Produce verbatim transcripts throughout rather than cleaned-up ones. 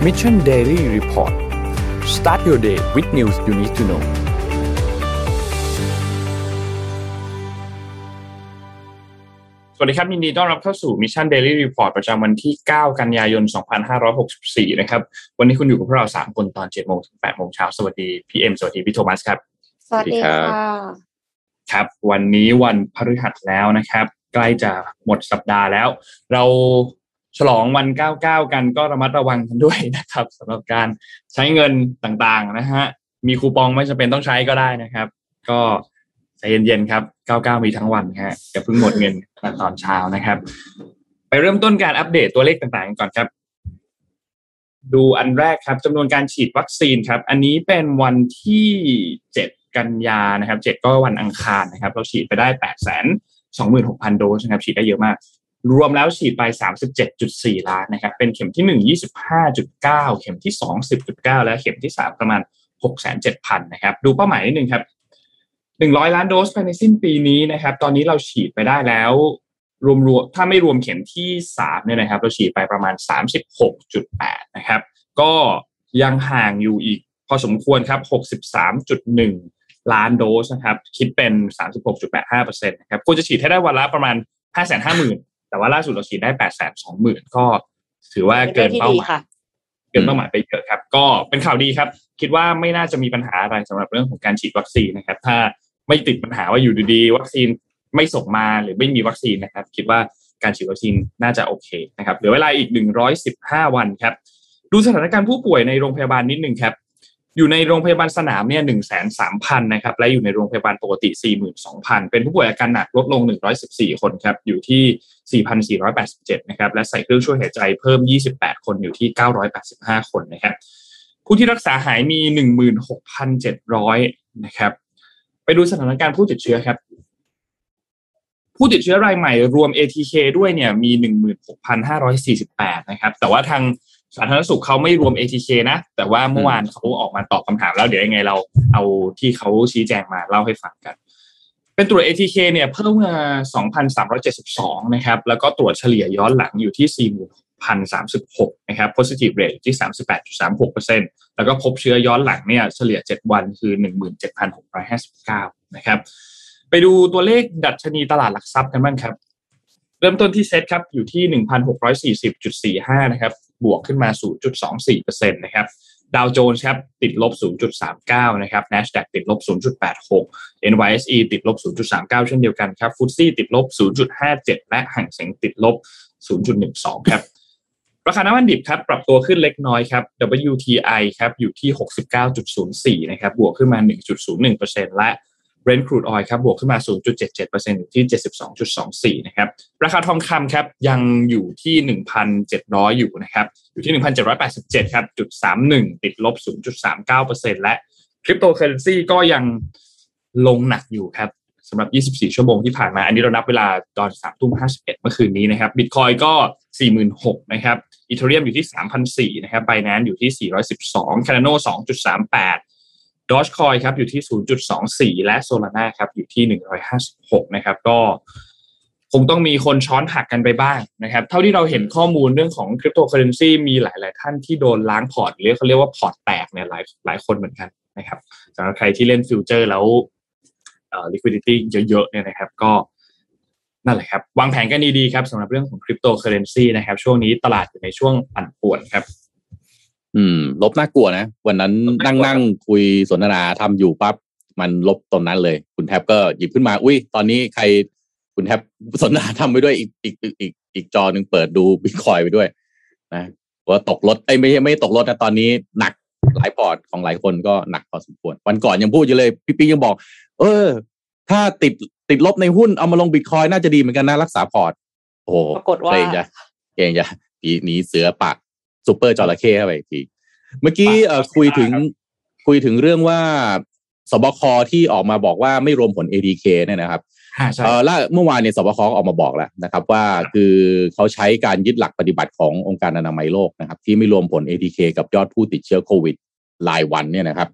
Mission Daily Report Start your day with news you need to know สวัสดีครับยินดีต้อนรับเข้าสู่ Mission Daily Report ประจำวันที่เก้ากันยายนสองพันห้าร้อยหกสิบสี่นะครับวันนี้คุณอยู่กับพวกเราสามคนตอน เจ็ดโมง ถึง แปดโมงเช้าสวัสดีพี่เอ็มสวัสดีพี่โทมัสครับสวัสดีค่ะครับวันนี้วันพฤหัสแล้วนะครับใกล้จะหมดสัปดาห์แล้วเราฉลองวันเก้าเก้ากันก็ระมัดระวังกันด้วยนะครับสำหรับการใช้เงินต่างๆนะฮะมีคูปองไม่จำเป็นต้องใช้ก็ได้นะครับก็ใจเย็นๆครับเก้าเก้ามีทั้งวันฮะอย่าเพิ่งหมดเงินตอนเช้านะครับไปเริ่มต้นการอัปเดตตัวเลขต่างๆกันก่อนครับดูอันแรกครับจำนวนการฉีดวัคซีนครับอันนี้เป็นวันที่เจ็ดกันยานะครับเจ็ดก็วันอังคารนะครับเราฉีดไปได้ แปดแสนสองหมื่นหกพัน โดสนะครับฉีดได้เยอะมากรวมแล้วฉีดไป สามสิบเจ็ดจุดสี่ ล้านนะครับเป็นเข็มที่หนึ่ง ยี่สิบห้าจุดเก้า เข็มที่สอง สิบจุดเก้า และเข็มที่สามประมาณ หกแสนเจ็ดพัน นะครับดูเป้าหมายนิดนึงครับหนึ่งร้อยล้านโดสภายในสิ้นปีนี้นะครับตอนนี้เราฉีดไปได้แล้วรวมๆถ้าไม่รวมเข็มที่สามเนี่ยนะครับเราฉีดไปประมาณ สามสิบหกจุดแปด นะครับก็ยังห่างอยู่อีกพอสมควรครับ หกสิบสามจุดหนึ่ง ล้านโดสนะครับคิดเป็น สามสิบหกจุดแปดห้าเปอร์เซ็นต์ นะครับควรจะฉีดให้ได้วันละประมาณ ห้าแสนห้าหมื่น แต่ว่าล่าสุดเราฉีดได้ แปดแสนสองหมื่น ก็ถือว่าเกินเป้าหมายเกินเป้าหมายไปเยอะครับก็เป็นข่าวดีครับคิดว่าไม่น่าจะมีปัญหาอะไรสำหรับเรื่องของการฉีดวัคซีนนะครับถ้าไม่ติดปัญหาว่าอยู่ดีๆวัคซีนไม่ส่งมาหรือไม่มีวัคซีนนะครับคิดว่าการฉีดวัคซีนน่าจะโอเคนะครับเหลือเวลาอีกหนึ่งร้อยสิบห้าวันครับดูสถานการณ์ผู้ป่วยในโรงพยาบาลนิดนึงครับอยู่ในโรงพยาบาลสนามเนี่ย หนึ่งแสนสามพัน นะครับและอยู่ในโรงพยาบาลปกติ สี่หมื่นสองพัน เป็นผู้ป่วยอาการหนักลดลงหนึ่งร้อยสิบสี่คนครับอยู่ที่ สี่พันสี่ร้อยแปดสิบเจ็ด นะครับและใส่เครื่องช่วยหายใจเพิ่มยี่สิบแปดคนอยู่ที่เก้าร้อยแปดสิบห้าคนนะครับผู้ที่รักษาหายมี หนึ่งหมื่นหกพันเจ็ดร้อย นะครับไปดูสถานการณ์ผู้ติดเชื้อครับผู้ติดเชื้อรายใหม่รวม เอ ที เค ด้วยเนี่ยมี หนึ่งหมื่นหกพันห้าร้อยสี่สิบแปด นะครับแต่ว่าทางสาธารณสุขเขาไม่รวม เอ ที เค นะแต่ว่าเมื่อวานเขาออกมาตอบคำถามแล้วเดี๋ยวยังไงเราเอาที่เขาชี้แจงมาเล่าให้ฟังกันเป็นตรวจ เอ ที เค เนี่ยเพิ่มมา สองพันสามร้อยเจ็ดสิบสอง นะครับแล้วก็ตรวจเฉลี่ยย้อนหลังอยู่ที่ สี่หมื่นหกพันสามสิบหก นะครับ positive rate อยู่ที่ สามสิบแปดจุดสามหกเปอร์เซ็นต์ แล้วก็พบเชื้อย้อนหลังเนี่ยเฉลี่ยเจ็ดวันคือ หนึ่งหมื่นเจ็ดพันหกร้อยห้าสิบเก้า นะครับไปดูตัวเลขดัชนีตลาดหลักทรัพย์กันบ้างครับเริ่มต้นที่เซ็ตครับอยู่ที่ หนึ่งพันหกร้อยสี่สิบจุดสี่ห้า นะครับบวกขึ้นมา ศูนย์จุดสองสี่เปอร์เซ็นต์ นะครับดาวโจนส์ครับติดลบ ศูนย์จุดสามเก้า นะครับ NASDAQ ติดลบ ศูนย์จุดแปดหก เอ็น วาย เอส อี ติดลบ ศูนย์จุดสามเก้า เช่นเดียวกันครับ เอฟ ที เอส อี ติดลบ ศูนย์จุดห้าเจ็ด และหั่งเส็งติดลบ ศูนย์จุดหนึ่งสอง ครับราคาน้ำมันดิบครับปรับตัวขึ้นเล็กน้อยครับ ดับเบิลยู ที ไอ ครับอยู่ที่ หกสิบเก้าจุดศูนย์สี่ นะครับบวกขึ้นมา หนึ่งจุดศูนย์หนึ่งเปอร์เซ็นต์ และ Brent crude oil ครับบวกขึ้นมา ศูนย์จุดเจ็ดเจ็ดเปอร์เซ็นต์ อยู่ที่ เจ็ดสิบสองจุดสองสี่ นะครับราคาทองคำครับยังอยู่ที่ หนึ่งพันเจ็ดร้อย อยู่นะครับอยู่ที่ หนึ่งพันเจ็ดร้อยแปดสิบเจ็ด ครับจุดสามสิบเอ็ด ติดลบ ศูนย์จุดสามเก้าเปอร์เซ็นต์ และคริปโตเคอเรนซีก็ยังลงหนักอยู่ครับสำหรับยี่สิบสี่ชั่วโมงที่ผ่านมาอันนี้เรานับเวลาตอน สามทุ่มห้าสิบเอ็ด เมื่อคืนนี้นะครับ Bitcoin ก็ สี่หมื่นหกพัน นะครับ Ethereum อยู่ที่ สามพันสี่ร้อย นะครับ Binance อยู่ที่สี่ร้อยสิบสอง Cardano สองจุดสามแปดDogecoin ครับอยู่ที่ ศูนย์จุดสองสี่ และ Solana ครับอยู่ที่หนึ่งร้อยห้าสิบหกนะครับก็คงต้องมีคนช้อนผักกันไปบ้างนะครับเท่าที่เราเห็นข้อมูลเรื่องของคริปโตเคอเรนซีมีหลายๆท่านที่โดนล้างพอร์ตหรือเขาเรียกว่าพอร์ตแตกเนี่ยหลายหลายคนเหมือนกันนะครับสำหรับใครที่เล่นฟิวเจอร์แล้วเอ่อ liquidity เยอะๆเนี่ยนะครับก็นั่นแหละครับวางแผนกันดีๆครับสำหรับเรื่องของคริปโตเคอเรนซีนะครับช่วงนี้ตลาดอยู่ในช่วงปั่นป่วนครับอืมลบน่ากลัวนะวันนั้นนั่งนั่งคุยสนทนาทำอยู่ปั๊บมันลบตรงนั้นเลยคุณแท็บก็หยิบขึ้นมาอุ้ยตอนนี้ใครคุณแท็บสนทนาทำไปด้วยอีกอีกอีกอีกจอนึงเปิดดู Bitcoin ไปด้วยนะว่าตกรถไอ้ไม่ไม่ตกรถนะตอนนี้หนักหลายพอร์ตของหลายคนก็หนักพอสมควรวันก่อนยังพูดอยู่เลยพี่ปิ๊กยังบอกเออถ้าติดติดลบในหุ้นเอามาลง Bitcoin น่าจะดีเหมือนกันนะรักษาพอร์ตโอ้โหปรากฏว่าเก่งจ้ะเก่งจ้ะปีนี้เสือปะซุปเปอร์จระเข้เข้าไปอีกทีเมื่อกี้เอ่อคุยถึงคุยถึงเรื่องว่าสบคที่ออกมาบอกว่าไม่รวมผล เอ ที เค เนี่ยนะครับเอ่อแล้วเมื่อวานเนี่ยสบคออกมาบอกแล้วนะครับว่าคือเขาใช้การยึดหลักปฏิบัติขององค์การอนามัยโลกนะครับที่ไม่รวมผล เอ ที เค กับยอดผู้ติดเชื้อโควิดรายวันเนี่ยนะครับ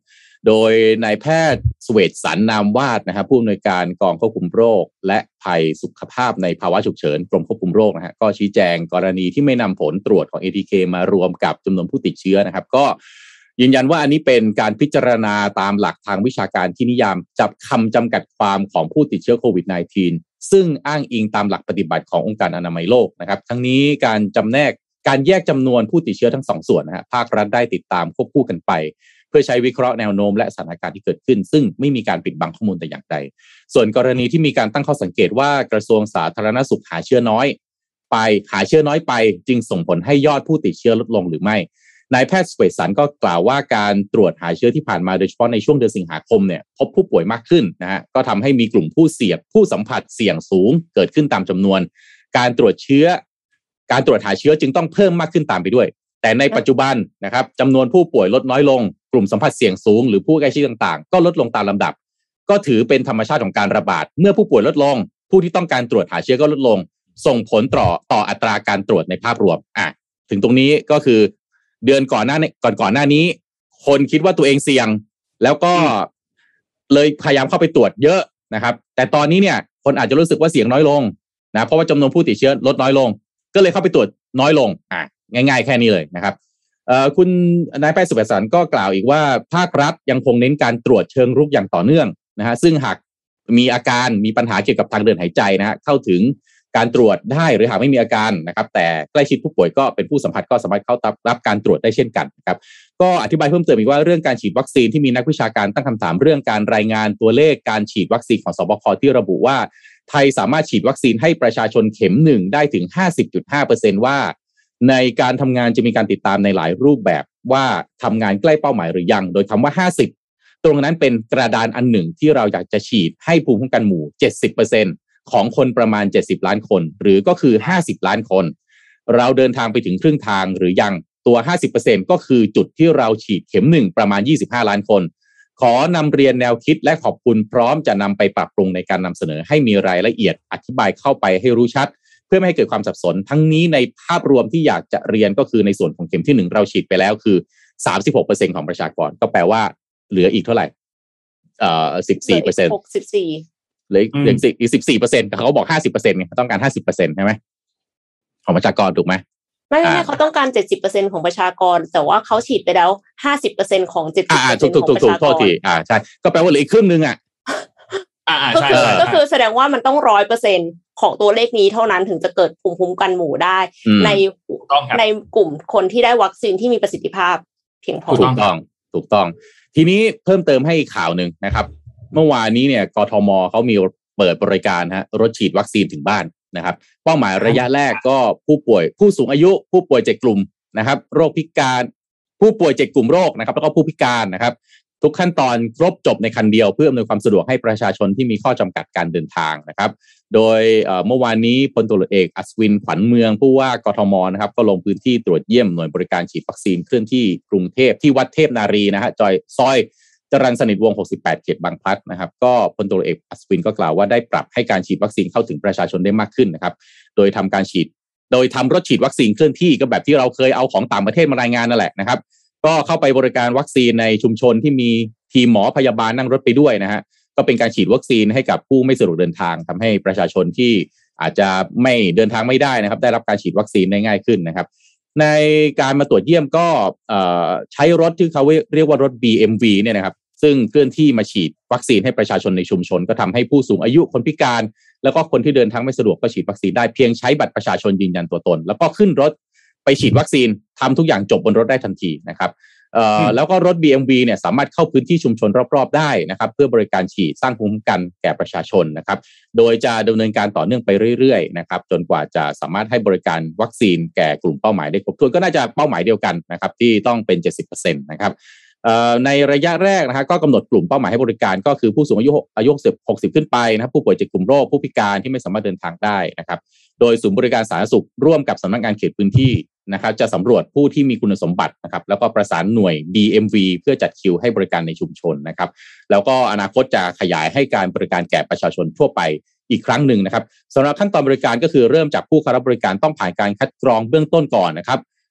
โดยนายแพทย์เสวตสันนามวาดนะครับผู้อำนวยการกองควบคุมโรคและภัยสุขภาพในภาวะฉุกเฉินกรมควบคุมโรคนะฮะก็ชี้แจงกรณีที่ไม่นำผลตรวจของ เอ ที เค มารวมกับจำนวนผู้ติดเชื้อนะครับก็ยืนยันว่าอันนี้เป็นการพิจารณาตามหลักทางวิชาการที่นิยามจับคำจำกัดความของผู้ติดเชื้อโควิด สิบเก้า ซึ่งอ้างอิงตามหลักปฏิบัติขององค์การอนามัยโลกนะครับทั้งนี้การจำแนกการแยกจำนวนผู้ติดเชื้อทั้งสองส่วนนะฮะภาครัฐได้ติดตามควบคู่กันไปเพื่อใช้วิเคราะห์แนวโน้มและสถานการณ์ที่เกิดขึ้นซึ่งไม่มีการปิดบังข้อมูลแต่อย่างใดส่วนกรณีที่มีการตั้งข้อสังเกตว่ากระทรวงสาธารณสุขหาเชื้อน้อยไปหาเชื้อน้อยไปจึงส่งผลให้ยอดผู้ติดเชื้อลดลงหรือไม่นายแพทย์เสวตสันก็กล่าวว่าการตรวจหาเชื้อที่ผ่านมาโดยเฉพาะในช่วงเดือนสิงหาคมเนี่ยพบผู้ป่วยมากขึ้นนะฮะก็ทำให้มีกลุ่มผู้เสี่ยงผู้สัมผัสเสี่ยงสูงเกิดขึ้นตามจำนวนการตรวจเชื้อการตรวจหาเชื้อจึงต้องเพิ่มมากขึ้นตามไปด้วยแต่ในปัจจุบันนะครับจำนวนผู้ป่วยลดน้อยลงกลุ่มสัมผัสเสี่ยงสูงหรือผู้ใกล้ชิดต่างๆก็ลดลงตามลำดับก็ถือเป็นธรรมชาติของการระบาดเมื่อผู้ป่วยลดลงผู้ที่ต้องการตรวจหาเชื้อก็ลดลงส่งผลต่อต่ออัตราการตรวจในภาพรวมอ่ะถึงตรงนี้ก็คือเดือนก่อนหน้าก่อนก่อนหน้านี้คนคิดว่าตัวเองเสี่ยงแล้วก็เลยพยายามเข้าไปตรวจเยอะนะครับแต่ตอนนี้เนี่ยคนอาจจะรู้สึกว่าเสี่ยงน้อยลงนะเพราะว่าจำนวนผู้ติดเชื้อลดน้อยลงก็เลยเข้าไปตรวจน้อยลงอ่ะง่ายๆแค่นี้เลยนะครับเอ่อคุณนายแพทย์เสวตสันก็กล่าวอีกว่าภาครัฐยังคงเน้นการตรวจเชิงรุกอย่างต่อเนื่องนะฮะซึ่งหากมีอาการมีปัญหาเกี่ยวกับทางเดินหายใจนะฮะเข้าถึงการตรวจได้หรือหากไม่มีอาการนะครับแต่ใกล้ชิดผู้ป่วยก็เป็นผู้สัมผัสก็สามารถเข้ารับการตรวจได้เช่นกันนะครับก็อธิบายเพิ่มเติมอีกว่าเรื่องการฉีดวัคซีนที่มีนักวิชาการตั้งคำถามเรื่องการรายงานตัวเลขการฉีดวัคซีนของสบคที่ระบุว่าไทยสามารถฉีดวัคซีนให้ประชาชนเข็มหนึ่งได้ถึง ห้าสิบจุดห้าเปอร์เซ็นต์ ว่าในการทำงานจะมีการติดตามในหลายรูปแบบว่าทำงานใกล้เป้าหมายหรือยังโดยคำว่าห้าสิบตรงนั้นเป็นกระดานอันหนึ่งที่เราอยากจะฉีดให้ภูมิคุ้มกันหมู่ เจ็ดสิบเปอร์เซ็นต์ของคนประมาณเจ็ดสิบล้านคนหรือก็คือห้าสิบล้านคนเราเดินทางไปถึงครึ่งทางหรือยังตัว ห้าสิบเปอร์เซ็นต์ ก็คือจุดที่เราฉีดเข็มหนึ่งประมาณยี่สิบห้าล้านคนขอนำเรียนแนวคิดและขอบคุณพร้อมจะนำไปปรับปรุงในการนำเสนอให้มีรายละเอียดอธิบายเข้าไปให้รู้ชัดเพื่อไม่ให้เกิดความสับสนทั้งนี้ในภาพรวมที่อยากจะเรียนก็คือในส่วนของเข็มที่หนึ่งเราฉีดไปแล้วคือ สามสิบหกเปอร์เซ็นต์ ของประชากรก็แปลว่าเหลืออีกเท่าไหร่เอ่อ สิบสี่เปอร์เซ็นต์หกสิบสี่เหลืออีกอีก สิบสี่เปอร์เซ็นต์ แต่เขาบอก ห้าสิบเปอร์เซ็นต์ ไงต้องการ ห้าสิบเปอร์เซ็นต์ ใช่ไหมของประชากรถูกไหมไม่ไม่เขาต้องการ เจ็ดสิบเปอร์เซ็นต์ ของประชากรแต่ว่าเขาฉีดไปแล้ว ห้าสิบเปอร์เซ็นต์ ของ เจ็ดสิบเปอร์เซ็นต์ ของประชากรโทษทีอ่าใช่ก็แปลว่าเหลืออีกครึ่งนึงอ่ะอ่าใช่ก็คือแสดงว่ามันต้อง หนึ่งร้อยเปอร์เซ็นต์ ของตัวเลขนี้เท่านั้นถึงจะเกิดภูมิคุ้มกันหมู่ได้ในในกลุ่มคนที่ได้วัคซีนที่มีประสิทธิภาพเพียงพอถูกต้องถูกต้องทีนี้เพิ่มเติมให้ข่าวนึงนะครับเมื่อวานนี้เนี่ยกทมเขามีเปิดบริการฮะรถฉีดวัคซีนถึงบ้านนะครับเป้าหมายระยะแรกก็ผู้ป่วยผู้สูงอายุผู้ป่วยเจ็ดกลุ่มนะครับโรคพิการผู้ป่วยเจ็ดกลุ่มโรคนะครับแล้วก็ผู้พิการนะครับทุกขั้นตอนครบจบในคันเดียวเพื่ออำนวยความสะดวกให้ประชาชนที่มีข้อจำกัดการเดินทางนะครับโดยเมื่อวานนี้พลตำรวจเอกอัศวินขวัญเมืองผู้ว่ากทมนะครับก็ลงพื้นที่ตรวจเยี่ยมหน่วยบริการฉีดวัคซีนเคลื่อนที่กรุงเทพที่วัดเทพนารีนะฮะจอยซอยจรัญสนิทวงศ์หกสิบแปดเขตบางพลัดนะครับก็พลตำรวจเอกอัศวินก็กล่าวว่าได้ปรับให้การฉีดวัคซีนเข้าถึงประชาชนได้มากขึ้นนะครับโดยทำการฉีดโดยทำรถฉีดวัคซีนเคลื่อนที่ก็แบบที่เราเคยเอาของต่างประเทศมารายงานนั่นแหละนะครับก็เข้าไปบริการวัคซีนในชุมชนที่มีทีมหมอพยาบาลนั่งรถไปด้วยนะฮะก็เป็นการฉีดวัคซีนให้กับผู้ไม่สะดวกเดินทางทำให้ประชาชนที่อาจจะไม่เดินทางไม่ได้นะครับได้รับการฉีดวัคซีนได้ง่ายขึ้นนะครับในการมาตรวจเยี่ยมก็ใช้รถที่เขาเรียกว่ารถ บี เอ็ม วี เนี่ยนะครับซึ่งเคลื่อนที่มาฉีดวัคซีนให้ประชาชนในชุมชนก็ทำให้ผู้สูงอายุคนพิการแล้วก็คนที่เดินทางไม่สะดวกก็ฉีดวัคซีนได้เพียงใช้บัตรประชาชนยืนยันตัวตนแล้วก็ขึ้นรถไปฉีดวัคซีนทำทุกอย่างจบบนรถได้ทันทีนะครับเอ่อแล้วก็รถ บี เอ็ม วี เนี่ยสามารถเข้าพื้นที่ชุมชนรอบๆได้นะครับเพื่อบริการฉีดสร้างภูมิคุ้มกันแก่ประชาชนนะครับโดยจะดำเนินการต่อเนื่องไปเรื่อยๆนะครับจนกว่าจะสามารถให้บริการวัคซีนแก่กลุ่มเป้าหมายได้ครบถ้วนก็น่าจะเป้าหมายเดียวกันนะครับที่ต้องเป็น เจ็ดสิบเปอร์เซ็นต์ นะครับในระยะแรกนะฮะก็กำหนดกลุ่มเป้าหมายให้บริการก็คือผู้สูงอายุอายุหกสิบขึ้นไปนะครับผู้ป่วยเจ็ดกลุ่มโรคผู้พิการที่ไม่สามารถเดินทางได้นะครับโดยศูนย์บริการสาธารณสุขร่วมกับสำนักงานเขตพื้นที่นะครับจะสำรวจผู้ที่มีคุณสมบัตินะครับแล้วก็ประสานหน่วย บี เอ็ม วี เพื่อจัดคิวให้บริการในชุมชนนะครับแล้วก็อนาคตจะขยายให้การบริการแก่ประชาชนทั่วไปอีกครั้งหนึ่งนะครับสำหรับขั้นตอนบริการก็คือเริ่มจากผู้เข้ารับบริการต้องผ่านการคัดกรองเบื้องต้นก่อนนะครับ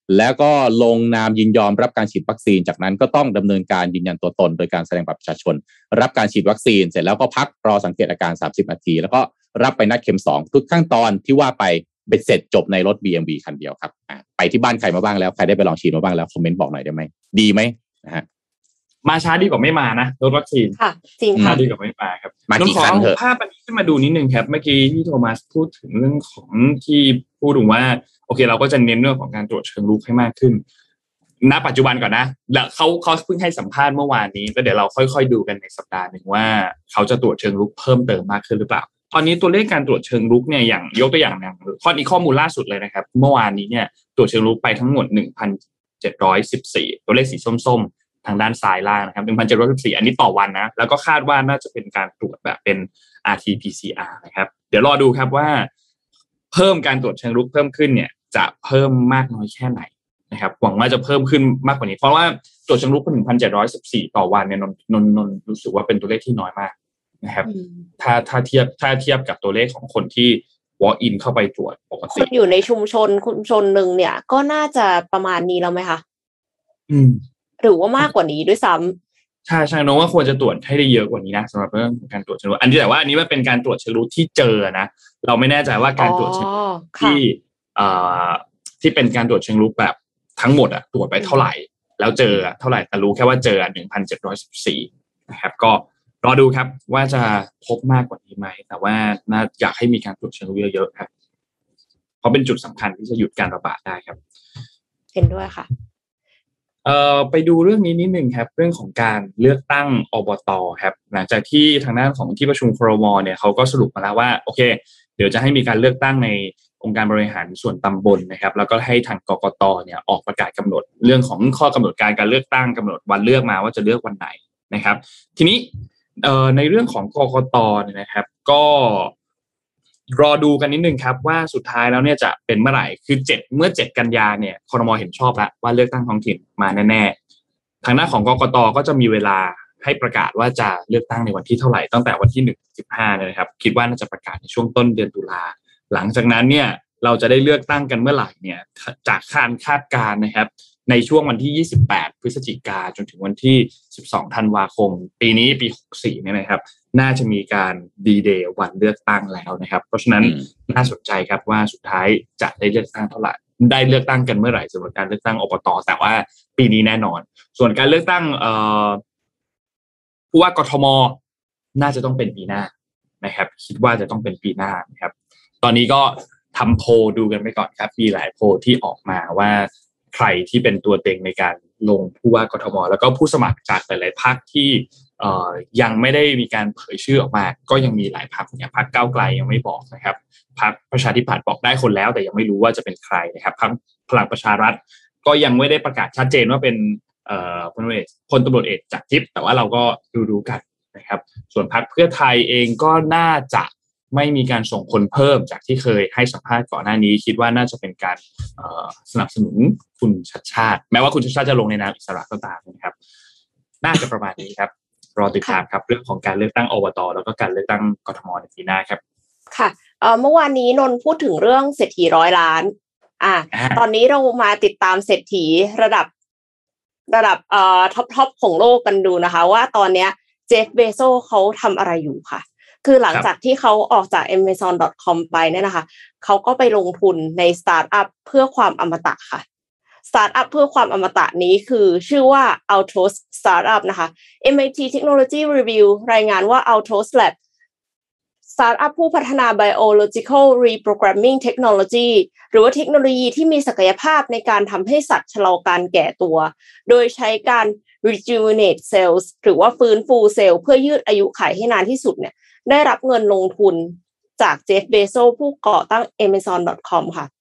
แล้วก็ลงนามยินยอมรับการฉีดวัคซีนจากนั้นก็ต้องดำเนินการยืนยันตัวตนโดยการแสดงบัตรประชาชนรับการฉีดวัคซีนเสร็จแล้วก็พักรอสังเกตอาการสามสิบนาทีแล้วก็รับไปนัดเข็มสองทุกขั้นตอนที่ว่าไปเบ็ดเสร็จจบในรถ บี เอ็ม วี คันเดียวครับไปที่บ้านใครมาบ้างแล้วใครได้ไปลองฉีดมาบ้างแล้วคอมเมนต์บอกหน่อยได้ไหมดีไหมนะฮะมาช้าดีกว่าไม่มานะรถวัคซีนค่ะจริงค่ะดีกว่าไม่มาครับมากี่คันเถอะภาพอันนี้ขึ้นมาดูนิดนึงครับเมื่อกี้ที่โทมัสพูดถึงเรื่องของที่พูดถึงว่าโอเคเราก็จะเน้นเรื่องของการตรวจเชิงรุกให้มากขึ้นณปัจจุบันก่อนนะแล้วเขาเขาเพิ่งให้สัมภาษณ์เมื่อวานนี้ก็เดี๋ยวเราค่อยๆดูกันในสัปดาห์นึงว่าเขาจะตรวจเชิงรุกเพิ่มเติมมากขึ้นหรือเปล่าตอนนี้ตัวเลขการตรวจเชิงรุกเนี่ยอย่างยกตัวอย่างอย่างข้อนี้ข้อมูลล่าสุดเลยนะครับเมื่อวานนี้เนี่ยตรวจเชิงรุกไปทั้งหมด หนึ่งพันเจ็ดร้อยสิบสี่ ตัวเลขสีส้มๆทางด้านซ้ายล่างนะครับ หนึ่งพันเจ็ดร้อยสิบสี่ อันนี้ต่อวันนะแล้วก็คาดว่าน่าจะเป็นการตรวจแบบเป็น อาร์ ที พี ซี อาร์ นะครับเดี๋ยวรอดูครับว่าเพิ่มการตรวจเชิงรุกเพิ่มขึ้นเนี่ยจะเพิ่มมากน้อยแค่ไหนนะครับหวังว่าจะเพิ่มขึ้นมากกว่านี้เพราะว่าตรวจเชิงรุกเป็น หนึ่งพันเจ็ดร้อยสิบสี่ ต่อวันเนี่ยนนนนรู้สึกว่าเป็นตัวเลขที่น้อยมากนะครับถ้าถ้าเทียบถ้าเทียบกับตัวเลขของคนที่ walk in เข้าไปตรวจปกติคนอยู่ในชุมชนชุมชนนึงเนี่ยก็น่าจะประมาณนี้แล้วไหมคะอืมหรือว่ามากกว่านี้ด้วยซ้ำใช่ใช่น้องว่าควรจะตรวจให้ได้เยอะกว่านี้นะสำหรับเรื่องของการตรวจเชิงรุกอันนี้แต่ว่าอันนี้มันเป็นการตรวจเชิงรุกที่เจอนะเราไม่แน่ใจว่าการตรวจเชิงรุกที่อ่าที่เป็นการตรวจเชิงรุกแบบทั้งหมดอะตรวจไปเท่าไหร่แล้วเจอเท่าไหร่แต่รู้แค่ว่าเจอ หนึ่งพันเจ็ดร้อยสิบสี่ นะครับก็รอดูครับว่าจะพบมากกว่านี้ไหมแต่ว่าน่าอยากให้มีการตรวจเชิงรุกเยอะๆครับเพราะเป็นจุดสำคัญที่จะหยุดการระบาดได้ครับเห็นด้วยค่ะเอ่อไปดูเรื่องนี้นิดนึงครับเรื่องของการเลือกตั้งอบต.ครับหลังจากที่ทางด้านของที่ประชุมครม.เนี่ยเขาก็สรุปมาแล้วว่าโอเคเดี๋ยวจะให้มีการเลือกตั้งในองค์การบริหารส่วนตำบลนะครับแล้วก็ให้ทางกกต.เนี่ยออกประกาศกำหนดเรื่องของข้อกำหนดการการเลือกตั้งกำหนดวันเลือกมาว่าจะเลือกวันไหนนะครับทีนี้เอ่อในเรื่องของกกต.เนี่ยนะครับก็รอดูกันนิดนึงครับว่าสุดท้ายแล้วเนี่ยจะเป็นเมื่อไหร่คือเจ็ดเมื่อเจ็ดกันยาเนี่ยครม.เห็นชอบแล้วว่าเลือกตั้งท้องถิ่นมาแน่ๆทางหน้าของกกต.ก็จะมีเวลาให้ประกาศว่าจะเลือกตั้งในวันที่เท่าไหร่ตั้งแต่วันที่หนึ่งถึงสิบห้าเนี่ยนะครับคิดว่าน่าจะประกาศในช่วงต้นเดือนตุลาหลังจากนั้นเนี่ยเราจะได้เลือกตั้งกันเมื่อไหร่เนี่ยจากคาดคาดการณ์นะครับในช่วงวันที่ยี่สิบแปดพฤศจิกายนจนถึงวันที่สิบสองธันวาคมปีนี้ปีหกสิบสี่เนี่ยนะครับน่าจะมีการดีเดย์วันเลือกตั้งแล้วนะครับเพราะฉะนั้นน่าสนใจครับว่าสุดท้ายจะได้เลือกตั้งเท่าไหร่ได้เลือกตั้งกันเมื่อไหร่สำหรับการเลือกตั้งอบต.แต่ว่าปีนี้แน่นอนส่วนการเลือกตั้งเอ่อผู้ว่ากทม.น่าจะต้องเป็นปีหน้านะครับคิดว่าจะต้องเป็นปีหน้านะครับตอนนี้ก็ทำโพลดูกันไปก่อนครับมีหลายโพลที่ออกมาว่าใครที่เป็นตัวเต็งในการลงผู้ว่ากทม.แล้วก็ผู้สมัครจากหลายๆพรรคที่เอ่อยังไม่ได้มีการเผยชื่อออกมาก็ยังมีหลายพรรคอย่างพรรคก้าวไกลยังไม่บอกนะครับพรรคประชาธิปัตย์บอกได้คนแล้วแต่ยังไม่รู้ว่าจะเป็นใครนะครับพรรคพลังประชารัฐก็ยังไม่ได้ประกาศชัดเจนว่าเป็นเอ่อพลตำรวจพลตำรวจเอกจากทิพย์แต่ว่าเราก็ดูๆกันนะครับส่วนพรรคเพื่อไทยเองก็น่าจะไม่มีการส่งคนเพิ่มจากที่เคยให้สัมภาษณ์ก่อนหน้านี้คิดว่าน่าจะเป็นการสนับสนุนคุณชัชชาติแม้ว่าคุณชัชชาติจะลงในนามอิสระก็ตามนะครับน่าจะประมาณนี้ครับรอติดตามครับเรื่องของการเลือกตั้งอบต.แล้วก็การเลือกตั้งกทม.ในปีหน้าครับค่ะเอ่อเมื่อวานนี้นนพูดถึงเรื่องเศรษฐีร้อยล้านอ่าตอนนี้เรามาติดตามเศรษฐีระดับระดับเอ่อท็อปๆของโลกกันดูนะคะว่าตอนเนี้ยเจฟ เบโซเขาทำอะไรอยู่ค่ะคือหลังจากที่เขาออกจาก Amazon ดอท คอม ไปเนี่ยนะคะเขาก็ไปลงทุนในสตาร์ทอัพเพื่อความอมตะค่ะสตาร์ทอัพเพื่อความอมตะนี้คือชื่อว่า Altos Startup นะคะ เอ็ม ไอ ที Technology Review รายงานว่า Altos Lab สตาร์ทอัพผู้พัฒนา Biological Reprogramming Technology หรือว่าเทคโนโลยีที่มีศักยภาพในการทำให้สัตว์ชะลอการแก่ตัวโดยใช้การ rejuvenate cells หรือว่าฟื้นฟูเซลล์เพื่อยืดอายุขัยให้นานที่สุดเนี่ยได้รับเงินลงทุนจากเจฟ เบโซผู้ก่อตั้ง Amazon ดอท คอม ค่ะ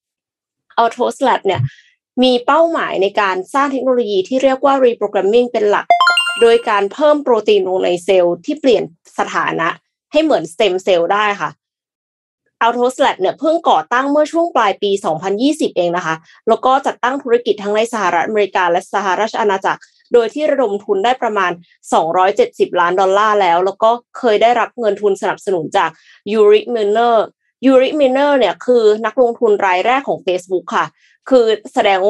Altos Lab เนี่ยมีเป้าหมายในการสร้างเทคโนโลยีที่เรียกว่า reprogramming เป็นหลักโดยการเพิ่มโปรตีนลงในเซลล์ที่เปลี่ยนสถานะให้เหมือนสเต็มเซลล์ได้ค่ะ Altos Lab เนี่ยเพิ่งก่อตั้งเมื่อช่วงปลายปีสองพันยี่สิบเองนะคะแล้วก็จัดตั้งธุรกิจทั้งในสหรัฐอเมริกาและสหราชอาณาจักรโดยที่ระดมทุนได้ประมาณสองร้อยเจ็ดสิบล้านดอลลาร์แล้วแล้วก็เคยได้รับเงินทุนสนับสนุนจากยูริมิลเนอร์ยูริมิลเนอร์เนี่ยคือนักลงทุนรายแรกของ Facebook ค่ะคือแสดงว่า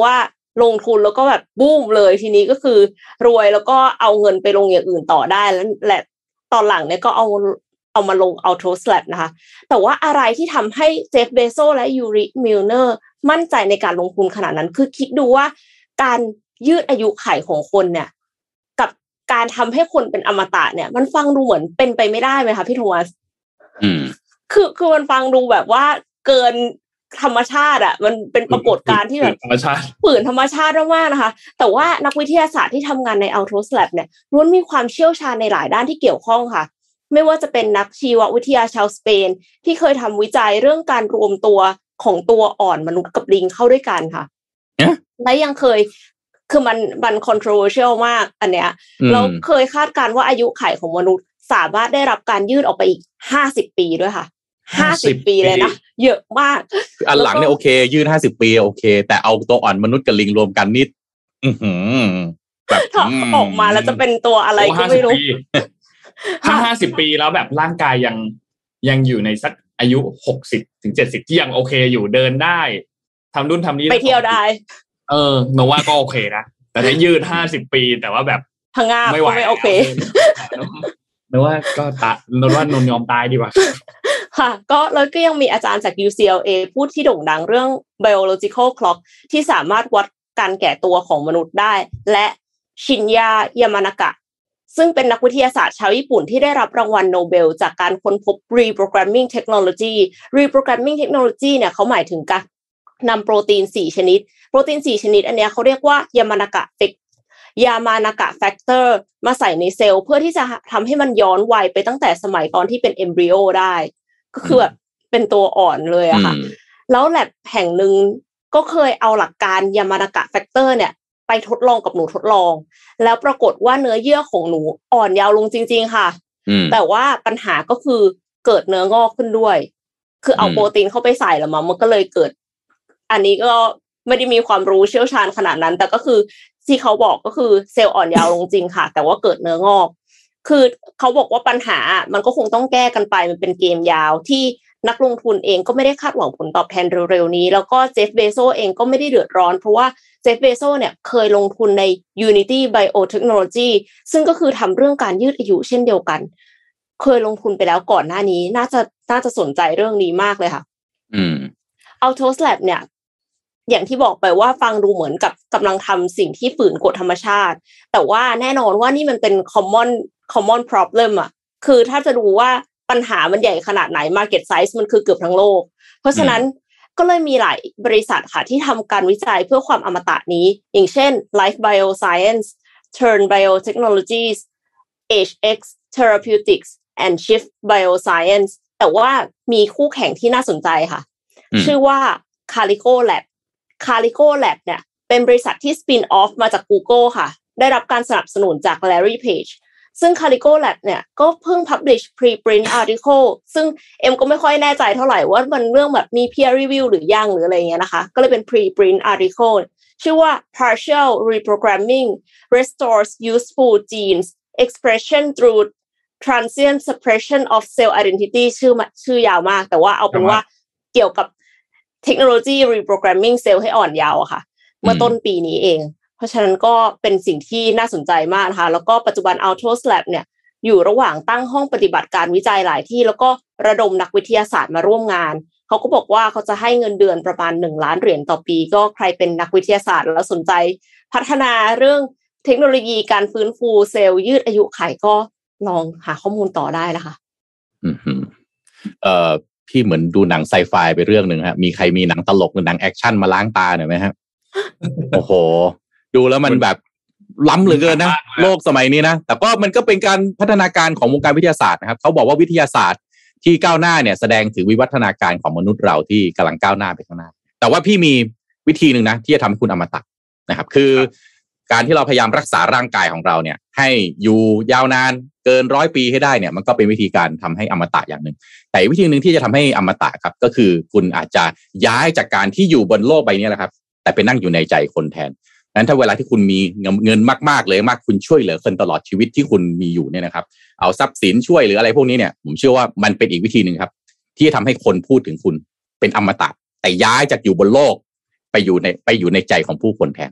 ลงทุนแล้วก็แบบบูมเลยทีนี้ก็คือรวยแล้วก็เอาเงินไปลงอย่างอื่นต่อได้แล้วและตอนหลังเนี่ยก็เอาเอามาลง AutoSlab นะคะแต่ว่าอะไรที่ทำให้เจฟ เบโซและยูริ มิลเนอร์มั่นใจในการลงทุนขนาดนั้นคือคิดดูว่าการยืดอายุขัยของคนเนี่ยกับการทำให้คนเป็นอมตะเนี่ยมันฟังดูเหมือนเป็นไปไม่ได้ไหมคะพี่โทมัสอืมคือคือมันฟังดูแบบว่าเกินธรรมชาติอ่ะมันเป็นปรากฏการณ์ที่แบบธรรมชาติฝืนธรรมชาติมากๆนะคะแต่ว่านักวิทยาศาสตร์ที่ทำงานใน AutoSlab เนี่ยล้วนมีความเชี่ยวชาญในหลายด้านที่เกี่ยวข้องค่ะไม่ว่าจะเป็นนักชีววิทยาชาวสเปนที่เคยทำวิจัยเรื่องการรวมตัวของตัวอ่อนมนุษย์กับลิงเข้าด้วยกันค่ะและยังเคยคือมันมัน controversial มากอันเนี้ยเราเคยคาดการณ์ว่าอายุขัยของมนุษย์สามารถได้รับการยืดออกไปอีกห้าสิบปีด้วยค่ะห้าสิบปีเลยนะเยอะมากคืออันหลังเนี่ยโอเคยืดห้าสิบปีโอเคแต่เอาตัวอ่อนมนุษย์กับลิงรวมกันนิดอื้อหือแบบออกมาแล้วจะเป็นตัวอะไรก็ไม่รู้ถ้าห้าสิบปีแล้วแบบร่างกายยังยังอยู่ในสักอายุหกสิบถึงเจ็ดสิบที่ยังโอเคอยู่เดินได้ทำนู่นทำนี่ไปเที่ยวได้เออโนว่าก็โอเคนะแต่ถ้ายืดห้าสิบปีแต่ว่าแบบพังงาบไม่โอเคโนว่าก็ตะโนว่านนยอมตายดีกว่าค่ะก็แล้วก็ยังมีอาจารย์จาก ยู ซี แอล เอ พูดที่โด่งดังเรื่อง biological clock ที่สามารถวัดการแก่ตัวของมนุษย์ได้และชินยายามานากะซึ่งเป็นนักวิทยาศาสตร์ชาวญี่ปุ่นที่ได้รับรางวัลโนเบลจากการค้นพบ reprogramming technology reprogramming technology เนี่ยเขาหมายถึงการนำโปรตีนสี่ชนิดโปรตีนสี่ชนิดอันเนี้ยเขาเรียกว่ายามานากะ ยามานากะแฟกเตอร์มาใส่ในเซลล์เพื่อที่จะทำให้มันย้อนวัยไปตั้งแต่สมัยตอนที่เป็นเอมบริโอได้ก็คือแบบเป็นตัวอ่อนเลยอะค่ะแล้วแลบแห่งหนึ่งก็เคยเอาหลักการยามานากะแฟกเตอร์เนี่ยไปทดลองกับหนูทดลองแล้วปรากฏว่าเนื้อเยื่อของหนูอ่อนยาวลงจริงๆค่ะแต่ว่าปัญหาก็คือเกิดเนื้องอกขึ้นด้วยคือเอาโปรตีนเข้าไปใส่แล้วมันก็เลยเกิดอันนี้ก็ไม่ได้มีความรู้เชี่ยวชาญขนาดนั้นแต่ก็คือที่เขาบอกก็คือเซลล์อ่อนยาวลงจริงค่ะแต่ว่าเกิดเนื้องอกคือเขาบอกว่าปัญหามันก็คงต้องแก้กันไปมันเป็นเกมยาวที่นักลงทุนเองก็ไม่ได้คาดหวังผลตอบแทนเร็วๆนี้แล้วก็เจฟ เบโซเองก็ไม่ได้เดือดร้อนเพราะว่าเจฟ เบโซเนี่ยเคยลงทุนใน Unity Biotechnology ซึ่งก็คือทำเรื่องการยืดอายุเช่นเดียวกันเคยลงทุนไปแล้วก่อนหน้านี้น่าจะน่าจะสนใจเรื่องนี้มากเลยค่ะอืม AutoSlab เนี่ยอย่างที่บอกไปว่าฟังดูเหมือนกับกำลังทำสิ่งที่ฝืนกฎธรรมชาติแต่ว่าแน่นอนว่านี่มันเป็น common common problem อ่ะคือถ้าจะดูว่าปัญหามันใหญ่ขนาดไหน market size มันคือเกือบทั้งโลกเพราะฉะนั้นก็เลยมีหลายบริษัทค่ะที่ทำการวิจัยเพื่อความอมตะนี้อย่างเช่น Life Bioscience, Turn Biotechnologies, เอช เอ็กซ์ Therapeutics and Shift Bioscience แต่ว่ามีคู่แข่งที่น่าสนใจค่ะชื่อว่า Calico Lab Calico Lab เนี่ยเป็นบริษัทที่สปินออฟมาจาก Google ค่ะได้รับการสนับสนุนจาก Larry Page ซึ่ง Calico Lab เนี่ยก็เพิ่ง publish preprint article ซึ่งเอ็มก็ไม่ค่อยแน่ใจเท่าไหร่ว่ามันเรื่องแบบมี peer review หรือยังหรืออะไรเงี้ยนะคะก็เลยเป็น preprint article ชื่อว่า partial reprogramming restores useful genes expression through transient suppression of cell identity ชื่อชื่อยาวมากแต่ว่าเอาเป็นว่าเกี่ยวกับเทคโนโลยี reprogramming เซลล์ให้อ่อนยาวอะค่ะเมื่อต้นปีนี้เองเพราะฉะนั้นก็เป็นสิ่งที่น่าสนใจมากนะคะแล้วก็ปัจจุบัน AutoSlab เนี่ยอยู่ระหว่างตั้งห้องปฏิบัติการวิจัยหลายที่แล้วก็ระดมนักวิทยาศาสตร์มาร่วมงานเขาก็บอกว่าเขาจะให้เงินเดือนประมาณหนึ่งล้านเหรียญต่อปีก็ใครเป็นนักวิทยาศาสตร์แล้วสนใจพัฒนาเรื่องเทคโนโลยีการฟื้นฟูเซลล์ยืดอายุขัยก็ลองหาข้อมูลต่อได้นะคะอืมเอ่อพี่เหมือนดูหนังไซไฟไปเรื่องนึงฮะมีใครมีหนังตลกหรือหนังแอคชั่นมาล้างตาหน่อยไหมฮะ โอ้โหดูแล้วมันแบบล้ำเหลือเกินนะโลกสมัยนี้นะแต่ก็มันก็เป็นการพัฒนาการของวงการวิทยาศาสตร์นะครับเขาบอกว่าวิทยาศาสตร์ที่ก้าวหน้าเนี่ยแสดงถึงวิวัฒนาการของมนุษย์เราที่กำลังก้าวหน้าไปข้างหน้าแต่ว่าพี่มีวิธีนึงนะที่จะทำให้คุณอมตะนะครับคือการที่เราพยายามรักษาร่างกายของเราเนี่ยให้อยู่ยาวนานเกินร้อยปีให้ได้เนี่ยมันก็เป็นวิธีการทำให้อมตะอย่างหนึ่งแต่วิธีนึงที่จะทำให้อมตะครับก็คือคุณอาจจะย้ายจากการที่อยู่บนโลกใบนี้แหละครับแต่ไปนั่งอยู่ในใจคนแทนนั้นถ้าเวลาที่คุณมีเงินมากๆเลยมากคุณช่วยเหลือคนตลอดชีวิตที่คุณมีอยู่เนี่ยนะครับเอาทรัพย์สินช่วยหรืออะไรพวกนี้เนี่ยผมเชื่อว่ามันเป็นอีกวิธีนึงครับที่จะทำให้คนพูดถึงคุณเป็นอมตะแต่ย้ายจากอยู่บนโลกไปอยู่ในไปอยู่ในใจของผู้คนแทน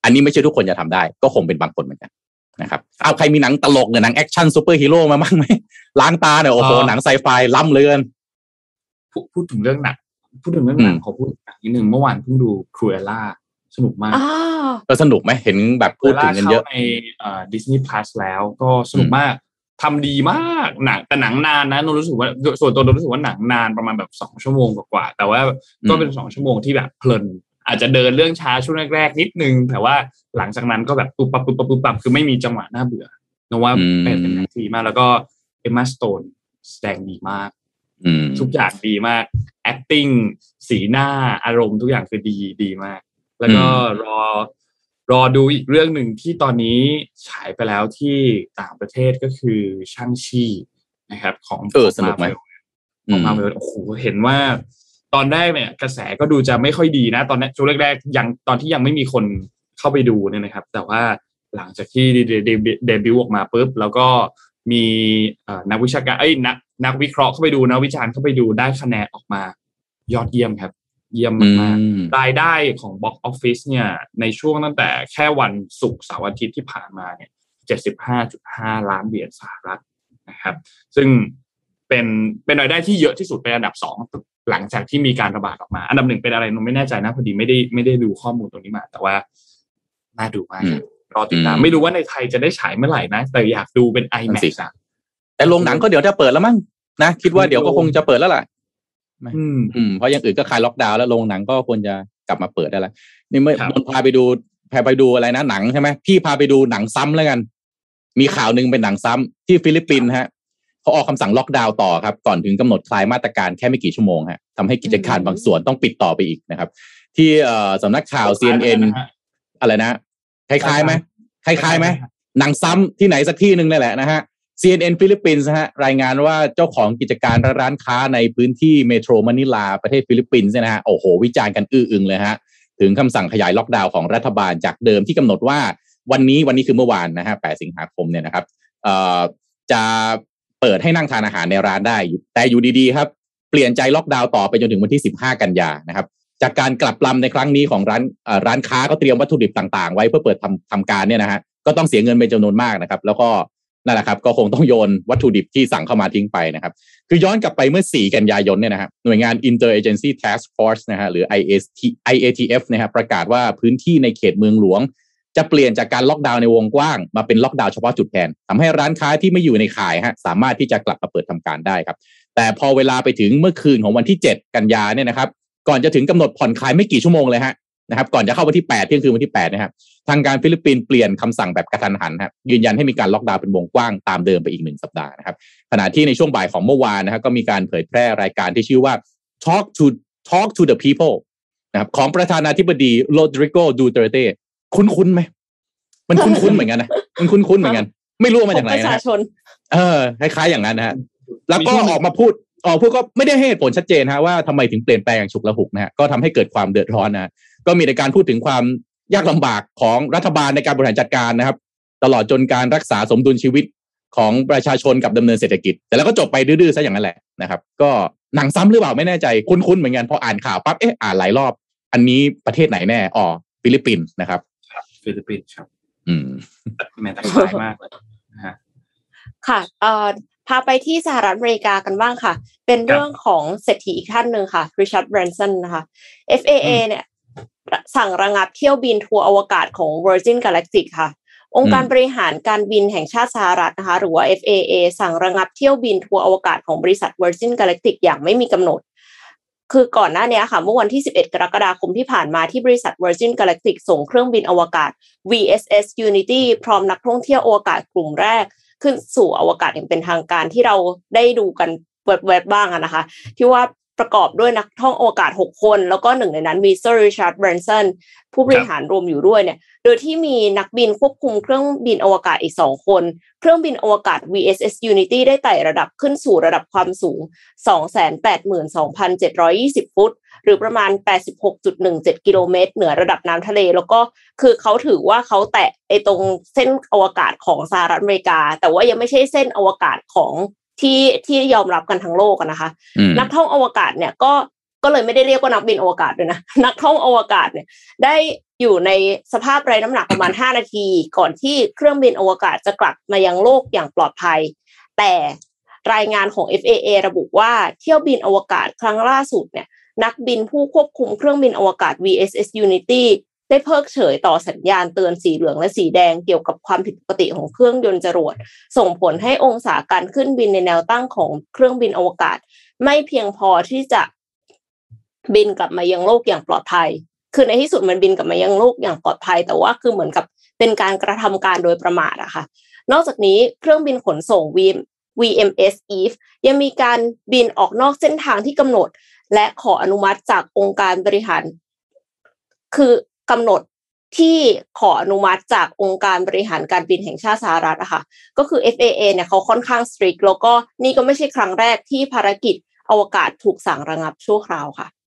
อันนี้ไม่ใช่ทุกคนจะทำได้ก็คงเป็นบางคนเหมือนกันนะครับเอาใครมีหนังตลกเนี่ยหนังแอคชั่นซูเปอร์ฮีโร่มาบ้างไหมล้างตาเนี่ยโอ้โหหนังไซไฟล้ำเหลือเกินพูดถึงเรื่องหนังพูดถึงเรื่องหนังขอพูดอีกนิดนึงเมื่อวานเพิ่งดูครูเอล่าสนุกมากก็สนุกไหมเห็นแบบพูดถึงกันเยอะในอ่า Disney Plus แล้วก็สนุกมากทำดีมากหนังแต่หนังนานนะนนรู้สึกว่าส่วนตัวนรู้สึกว่าหนังนานประมาณแบบสองชั่วโมงกว่าๆแต่ว่าก็เป็นสองชั่วโมงที่แบบเพลินอาจจะเดินเรื่องช้าช่วงแรกๆนิดนึงแต่ว่าหลังจากนั้นก็แบบปุ๊บปั๊บปุ๊บปั๊บปุ๊บปั๊บคือไม่มีจังหวะน่าเบื่อเพราะว่าเป็นเป็นหนังดีมากแล้วก็เอมม่าสโตนแสดงดีมากทุกอย่างดีมาก acting สีหน้าอารมณ์ทุกอย่างคือดีดีมากแล้วก็รอรอดูอีกเรื่องหนึ่งที่ตอนนี้ฉายไปแล้วที่ต่างประเทศก็คือช่างชี่นะครับของเออสนุกไหมของมาเวลโอ้โหเห็นว่าตอนแรกเนี่ยกระแสก็ดูจะไม่ค่อยดีนะตอนนี้ช่วงแรกๆยังตอนที่ยังไม่มีคนเข้าไปดูเนี่ยนะครับแต่ว่าหลังจากที่เดบิวต์ออกมาปุ๊บแล้วก็มีนักวิชาการเอ้ยนักนักวิเคราะห์เข้าไปดูนักวิจารณ์เข้าไปดูได้คะแนนออกมายอดเยี่ยมครับเยี่ยมมากๆรายได้ของ Box Office เนี่ยในช่วงตั้งแต่แค่วันศุกร์เสาร์อาทิตย์ที่ผ่านมาเนี่ย เจ็ดสิบห้าจุดห้า ล้านเหรียญสหรัฐนะครับซึ่งเป็นเป็นรายได้ที่เยอะที่สุดเป็นอันดับสองหลังจากที่มีการระบาดออกมาอันดับหนึ่งเป็นอะไรนนไม่แน่ใจนะพอดีไม่ได้ไม่ได้ดูข้อมูลตรงนี้มาแต่ว่าน่าดูมากรอติดตามไม่รู้ว่าในไทยจะได้ฉายเมื่อไหร่นะแต่อยากดูเป็น IMAX อ่ะแต่โรงหนังก็เดี๋ยวจะเปิดแล้วมั้งนะคิดว่าเดี๋ยวก็คงจะเปิดแล้วล่ะอืมอืมเพราะอย่างอื่นก็คลายล็อกดาวน์แล้วโรงหนังก็ควรจะกลับมาเปิดได้แล้วนี่เมื่อนนพาไปดูพาไปดูอะไรนะหนังใช่ไหมพี่พาไปดูหนังซ้ำแล้วกันมีข่าวนึงเป็นหนังซ้ำที่ฟิลิปปินส์ฮะเขาออกคำสั่งล็อกดาวน์ต่อครับก่อนถึงกำหนดคลายมาตรการแค่ไม่กี่ชั่วโมงฮะทำให้กิจการบางส่วนต้องปิดต่อไปอีกนะครับที่เอ่อสำนักข่าว ซี เอ็น เอ็น อะไรนะคล้ายๆไหมคล้ายๆไหมหนังซ้ำที่ไหนสักที่นึงนี่แหละนะฮะซี เอ็น เอ็น ฟิลิปปินส์ฮะรายงานว่าเจ้าของกิจการร้านค้าในพื้นที่เมโทรมะนิลาประเทศฟิลิปปินส์เนี่ยนะฮะโอ้โหวิจารณ์กันอื้ออึงเลยฮะถึงคำสั่งขยายล็อกดาวน์ของรัฐบาลจากเดิมที่กำหนดว่าวันนี้วันนี้คือเมื่อวานนะฮะแปดสิงหาคมเนี่ยนะครับเอ่อจะเปิดให้นั่งทานอาหารในร้านได้แต่อยู่ดีๆครับเปลี่ยนใจล็อกดาวน์ต่อไปจนถึงวันที่สิบห้ากันยานะครับจากการกลับลำในครั้งนี้ของร้านเอ่อร้านค้าก็เตรียมวัตถุดิบต่างๆไว้เพื่อเปิดทำทำการเนี่ยนะฮะก็ต้องเสียเงินเป็นจำนวนมากนะครับแล้วก็นั่นแหละครับก็คงต้องโยนวัตถุดิบที่สั่งเข้ามาทิ้งไปนะครับคือย้อนกลับไปเมื่อสี่กันยายนเนี่ยนะฮะหน่วยงาน Interagency Task Force นะฮะหรือ ไอ เอ ที เอฟ นะฮะประกาศว่าพื้นที่ในเขตเมืองหลวงจะเปลี่ยนจากการล็อกดาวน์ในวงกว้างมาเป็นล็อกดาวน์เฉพาะจุดแทนทำให้ร้านค้าที่ไม่อยู่ในข่ายฮะสามารถที่จะกลับมาเปิดทำการได้ครับแต่พอเวลาไปถึงเมื่อคืนของวันที่เจ็ดกันยาเนี่ยนะครับก่อนจะถึงกำหนดผ่อนคลายไม่กี่ชั่วโมงเลยฮะนะครับก่อนจะเข้าวันที่แปดเที่ยงคืนวันที่แปดนะครับทางการฟิลิปปินส์เปลี่ยนคำสั่งแบบกระทันหันครับยืนยันให้มีการล็อกดาวน์เป็นวงกว้างตามเดิมไปอีกหนึ่งสัปดาห์นะครับขณะที่ในช่วงบ่ายของเมื่อวานนะครับก็มีการเผยแพร่รายการที่ชื่อว่า Talk to Talk to the People นะครับของประธานาธิบดีโรดริโก ดูเตอร์เต้คุ้นๆไหมมันคุ้นๆเหมือนกันนะมันคุ้นๆเหมือนกันไม่รู้มาจากไหนนะเออคล้ายๆอย่างนั้นนะฮะแล้วก็ออกมาพูดออกพูดก็ไม่ได้ให้เหตุผลชัดเจนฮะว่าทำไมถึงเปลี่ยนแปลงอย่างฉุกละหุกนะฮะก็ทำให้เกิดความเดือดร้อนนะก็มีในการพูดถึงความยากลำบากของรัฐบาลในการบริหารจัดการนะครับตลอดจนการรักษาสมดุลชีวิตของประชาชนกับดำเนินเศรษฐกิจแต่แล้วก็จบไปดื้อๆซะอย่างนั้นแหละนะครับก็หนังซ้ำหรือเปล่าไม่แน่ใจคุ้นๆเหมือนกันพออ่านข่าวปั๊บเอ๊ะอ่านหลายรอบอันนี้ประเทศไหนแน่อ๋อฟิลิปปินส์นะครับฟิลิปปินส์ครับอืมแม่ตะคายมากเลยนะฮะค่ะเอ่อพาไปที่สหรัฐอเมริกากันบ้างค่ะเป็นเรื่องของเศรษฐีอีกท่านหนึ่งค่ะริชาร์ด แบรนสันนะคะ เอฟ เอ เอ เนี่ยสั่งระงับเที่ยวบินทัวร์อวกาศของ Virgin Galactic ค่ะองค์การบริหารการบินแห่งชาติสหรัฐนะคะหรือว่า เอฟ เอ เอ สั่งระงับเที่ยวบินทัวร์อวกาศของบริษัท Virgin Galactic อย่างไม่มีกำหนดคือก่อนหน้านี้ค่ะเมื่อวันที่สิบเอ็ดกรกฎาคมที่ผ่านมาที่บริษัท Virgin Galactic ส่งเครื่องบินอวกาศ วี เอส เอส Unity พร้อมนักท่องเที่ยวอวกาศกลุ่มแรกขึ้นสู่อวกาศอย่างเป็นทางการที่เราได้ดูกันเว็บๆบ้างนะคะที่ว่าประกอบด้วยนักท่องอวกาศหกคนแล้วก็หนึ่งในนั้นมีเซอร์ริชาร์ด แบรนสันผู้บริหารรวมอยู่ด้วยเนี่ยโดยที่มีนักบินควบคุมเครื่องบินอวกาศอีกสองคนเครื่องบินอวกาศ วี เอส เอส Unity ได้ไต่ระดับขึ้นสู่ระดับความสูง สองแสนแปดหมื่นสองพันเจ็ดร้อยยี่สิบ ฟุตหรือประมาณ แปดสิบหกจุดหนึ่งเจ็ด กิโลเมตรเหนือระดับน้ำทะเลแล้วก็คือเขาถือว่าเขาแตะไอ้ตรงเส้นอวกาศของสหรัฐอเมริกาแต่ว่ายังไม่ใช่เส้นอวกาศของที่ที่ยอมรับกันทั้งโลกนะคะนักท่องอวกาศเนี่ยก็ก็เลยไม่ได้เรียกว่านักบินอวกาศด้วยนะนักท่องอวกาศเนี่ยได้อยู่ในสภาพไร้น้ำหนักประมาณห้านาทีก่อนที่เครื่องบินอวกาศจะกลับมายังโลกอย่างปลอดภัยแต่รายงานของ เอฟ เอ เอ ระบุว่าเที่ยวบินอวกาศครั้งล่าสุดเนี่ยนักบินผู้ควบคุมเครื่องบินอวกาศ วี เอส เอส Unity ได้เพิกเฉยต่อสัญญาณเตือนสีเหลืองและสีแดงเกี่ยวกับความผิดปกติของเครื่องยนต์จรวดส่งผลให้องศาการขึ้นบินในแนวตั้งของเครื่องบินอวกาศไม่เพียงพอที่จะบินกลับมายังโลกอย่างปลอดภัยคือในที่สุดมันบินกลับมายังโลกอย่างปลอดภัยแต่ว่าคือเหมือนกับเป็นการกระทำการโดยประมาทอะค่ะนอกจากนี้เครื่องบินขนส่ง วี เอ็ม เอส Eve ยังมีการบินออกนอกเส้นทางที่กำหนดและขออนุมัติจากองค์การบริหารคือกำหนดที่ขออนุมัติจากองค์การบริหารการบินแห่งชาติสหรัฐอะค่ะก็คือ เอฟ เอ เอ เนี่ยเขาค่อนข้าง strict แล้วก็นี่ก็ไม่ใช่ครั้งแรกที่ภารกิจอวกาศถูกสั่งระงับชั่วคราวค่ะ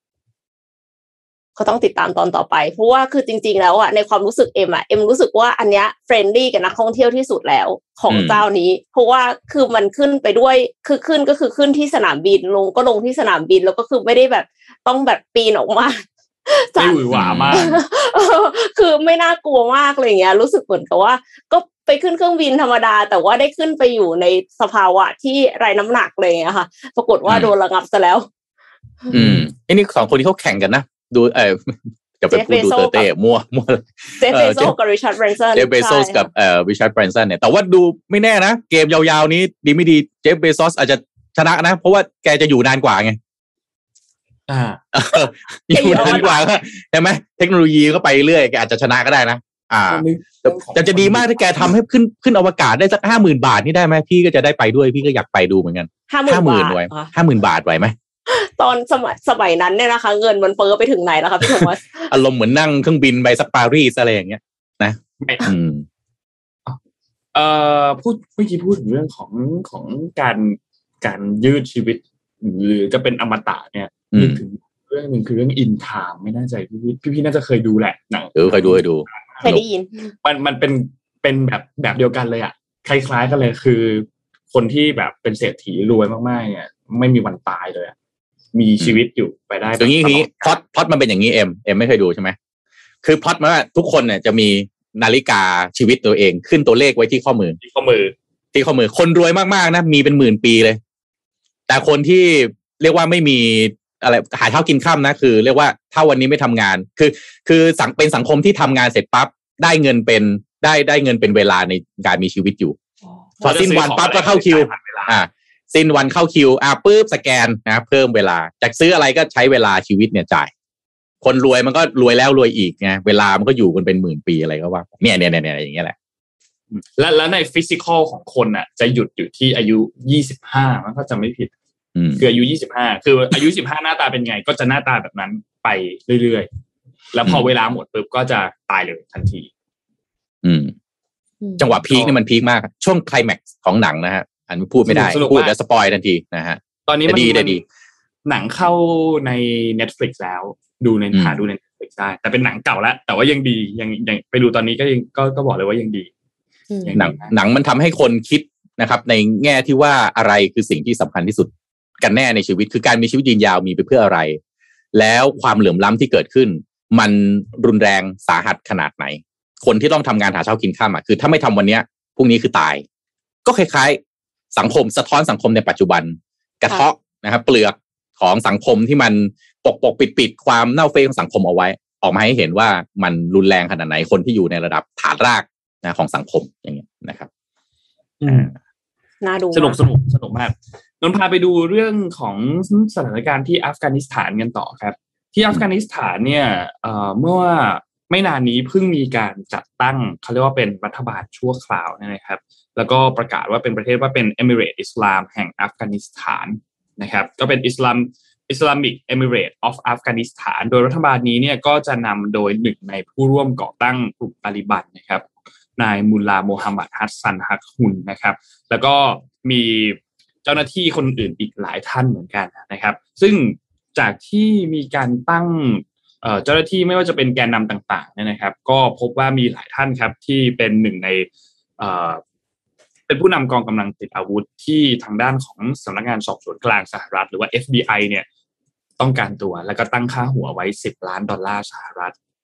เขาต้องติดตามตอนต่อไปเพราะว่าคือจริงๆแล้วอ่ะในความรู้สึกเอ็มอ่ะเอ็มรู้สึกว่าอันเนี้ยเฟรนลี่กับนักท่องเที่ยวที่สุดแล้วของเจ้านี้เพราะว่าคือมันขึ้นไปด้วยคือขึ้นก็คือขึ้นที่สนามบินลงก็ลงที่สนามบินแล้วก็คือไม่ได้แบบต้องแบบปีนออกมาไม่หวือหวามากคือไม่น่ากลัวมากอะไรเงี้ยรู้สึกเหมือนกับว่าก็ไปขึ้นเครื่องบินธรรมดาแต่ว่าได้ขึ้นไปอยู่ในสภาวะที่ไร้น้ำหนักเลยอะค่ะปรากฏว่าโดนระงับซะแล้วอืมไอ้นี่สองคนนี้เขาแข่งกันนะดูเออจะไปพูดดูเตอร์เต้มั่วมั่วเจฟเบโซสกับริชาร์ดแบรนสันเจฟเบโซสกับเอ่อริชาร์ดแบรนสันเนี่ยแต่ว่าดูไม่แน่นะเกมยาวๆนี้ดีไม่ดีเจฟเบโซสอาจจะชนะนะเพราะว่าแกจะอยู่นานกว่าไงอ่าอยู่นานกว่าใช่ไหมเทคโนโลยีก็ไปเรื่อยแกอาจจะชนะก็ได้นะอ่าแต่จะดีมากถ้าแกทำให้ขึ้นขึ้นอวกาศได้สักห้าหมื่นบาทนี่ได้ไหมพี่ก็จะได้ไปด้วยพี่ก็อยากไปดูเหมือนกันห้าหมื่นไว้ห้าหมื่นบาทไหวไหมตอนสมัยสมัยนั้นเนี่ยนะคะเงินมันเฟ้อไปถึงไหนแล้วคะพี่โทมัสอารมณ์เหมือนนั่งเครื่องบินไปสักปารีสอะไรอย่างเงี้ยนะอืมเอ่อพูดเมื่อกี้พูดถึงเรื่องของของการการยืดชีวิตหรือจะเป็นอมตะเนี่ยนึกถึงเรื่องนึงคือเรื่องอินไทม์ไม่แน่ใจพี่พี่พี่น่าจะเคยดูแหละหนังเออเคยดูเคยดูเคยได้ยินมันมันเป็นเป็นแบบแบบเดียวกันเลยอ่ะคล้ายๆกันเลยคือคนที่แบบเป็นเศรษฐีรวยมากๆเนี่ยไม่มีวันตายเลยมีชีวิตอยู่ไปได้อย่างนี้นี้พล็อตพล็อตมันเป็นอย่างนี้เอ็มเอ็มไม่เคยดูใช่ไหมคือพล็อตมันว่าทุกคนเนี่ยจะมีนาฬิกาชีวิตตัวเองขึ้นตัวเลขไว้ที่ข้อมือที่ข้อมือที่ข้อมือคนรวยมากๆนะมีเป็นหมื่นปีเลยแต่คนที่เรียกว่าไม่มีอะไรหาเช้ากินค่ำนะคือเรียกว่าถ้าวันนี้ไม่ทำงานคือคือสังเป็นสังคมที่ทำงานเสร็จปั๊บได้เงินเป็นได้ได้เงินเป็นเวลาในการมีชีวิตอยู่พอสิ้นวันปั๊บก็เข้าคิวอ่าสิ้นวันเข้าคิวอ่ะปุ๊บสแกนนะเพิ่มเวลาจะซื้ออะไรก็ใช้เวลาชีวิตเนี่ยจ่ายคนรวยมันก็รวยแล้วรวยอีกไงเวลามันก็อยู่กันเป็นหมื่นปีอะไรก็ว่าเนี่ยเนี่ยเนี่ยอย่างเงี้ยแหละและแล้วในฟิสิกอลของคนอ่ะจะหยุดอยู่ที่อายุยี่สิบห้ามันก็จะไม่ผิดคืออายุยี่สิบห้าคืออายุสิบห้าหน้าตาเป็นไงก็จะหน้าตาแบบนั้นไปเรื่อยๆแล้วพอเวลาหมดปุ๊บก็จะตายเลยทันทีอืมจังหวะพีคนี่มันพีคมากช่วงไคลแม็กซ์ของหนังนะฮะอันพูดไม่ได้พูดแล้วสปอยทันทีนะฮะตอนนี้มันดีได้ดีหนังเข้าใน Netflix แล้วดูในหาดูใน Netflix ได้แต่เป็นหนังเก่าแล้วแต่ว่ายังดียังยังไปดูตอนนี้ก็ยังก็ก็บอกเลยว่ายังดีหนังหนังมันทำให้คนคิดนะครับในแง่ที่ว่าอะไรคือสิ่งที่สำคัญที่สุดกันแน่ในชีวิตคือการมีชีวิตยืนยาวมีไปเพื่ออะไรแล้วความเหลื่อมล้ำที่เกิดขึ้นมันรุนแรงสาหัสขนาดไหนคนที่ต้องทำงานหาเช้ากินข้ามอ่ะคือถ้าไม่ทำวันนี้พรุ่งนี้คือตายก็คล้ายๆสังคมสะท้อนสังคมในปัจจุบันกระเทาะนะครับเปลือกของสังคมที่มันปกปกปิดปิดความเน่าเฟะของสังคมเอาไว้ออกมาให้เห็นว่ามันรุนแรงขนาดไหนคนที่อยู่ในระดับฐานรากนะของสังคมอย่างเงี้ยนะครับน่าดูสนุกสนุกสนุกมากนนพาไปดูเรื่องของสถานการณ์ที่อัฟกานิสถานกันต่อครับที่อัฟกานิสถานเนี่ยเอ่อเมื่อไม่นานนี้เพิ่งมีการจัดตั้งเขาเรียกว่าเป็นรัฐบาลชั่วคราวนะครับแล้วก็ประกาศว่าเป็นประเทศว่าเป็นเอมิเรตอิสลามแห่งอัฟกานิสถานนะครับก็เป็นอิสลามอิสลามิกเอมิเรตออฟอัฟกานิสถานโดยรัฐบาลนี้เนี่ยก็จะนำโดยหนึ่งในผู้ร่วมก่อตั้งกลุ่มตาลิบันนะครับนายมุลลาโมฮัมหมัดฮัสซันฮักฮุนนะครับแล้วก็มีเจ้าหน้าที่คนอื่นอีกหลายท่านเหมือนกันนะครับซึ่งจากที่มีการตั้งเจ้าหน้าที่ไม่ว่าจะเป็นแกนนำต่างๆเนี่ยนะครับก็พบว่ามีหลายท่านครับที่เป็นหนึ่งในเป็นผู้นำกองกำลังติดอาวุธที่ทางด้านของสำนักงานสอบสวนกลางสหรัฐหรือว่า เอฟ บี ไอ เนี่ยต้องการตัวแล้วก็ตั้งค่าหัวไว้สิบล้านดอลลาร์สหรัฐ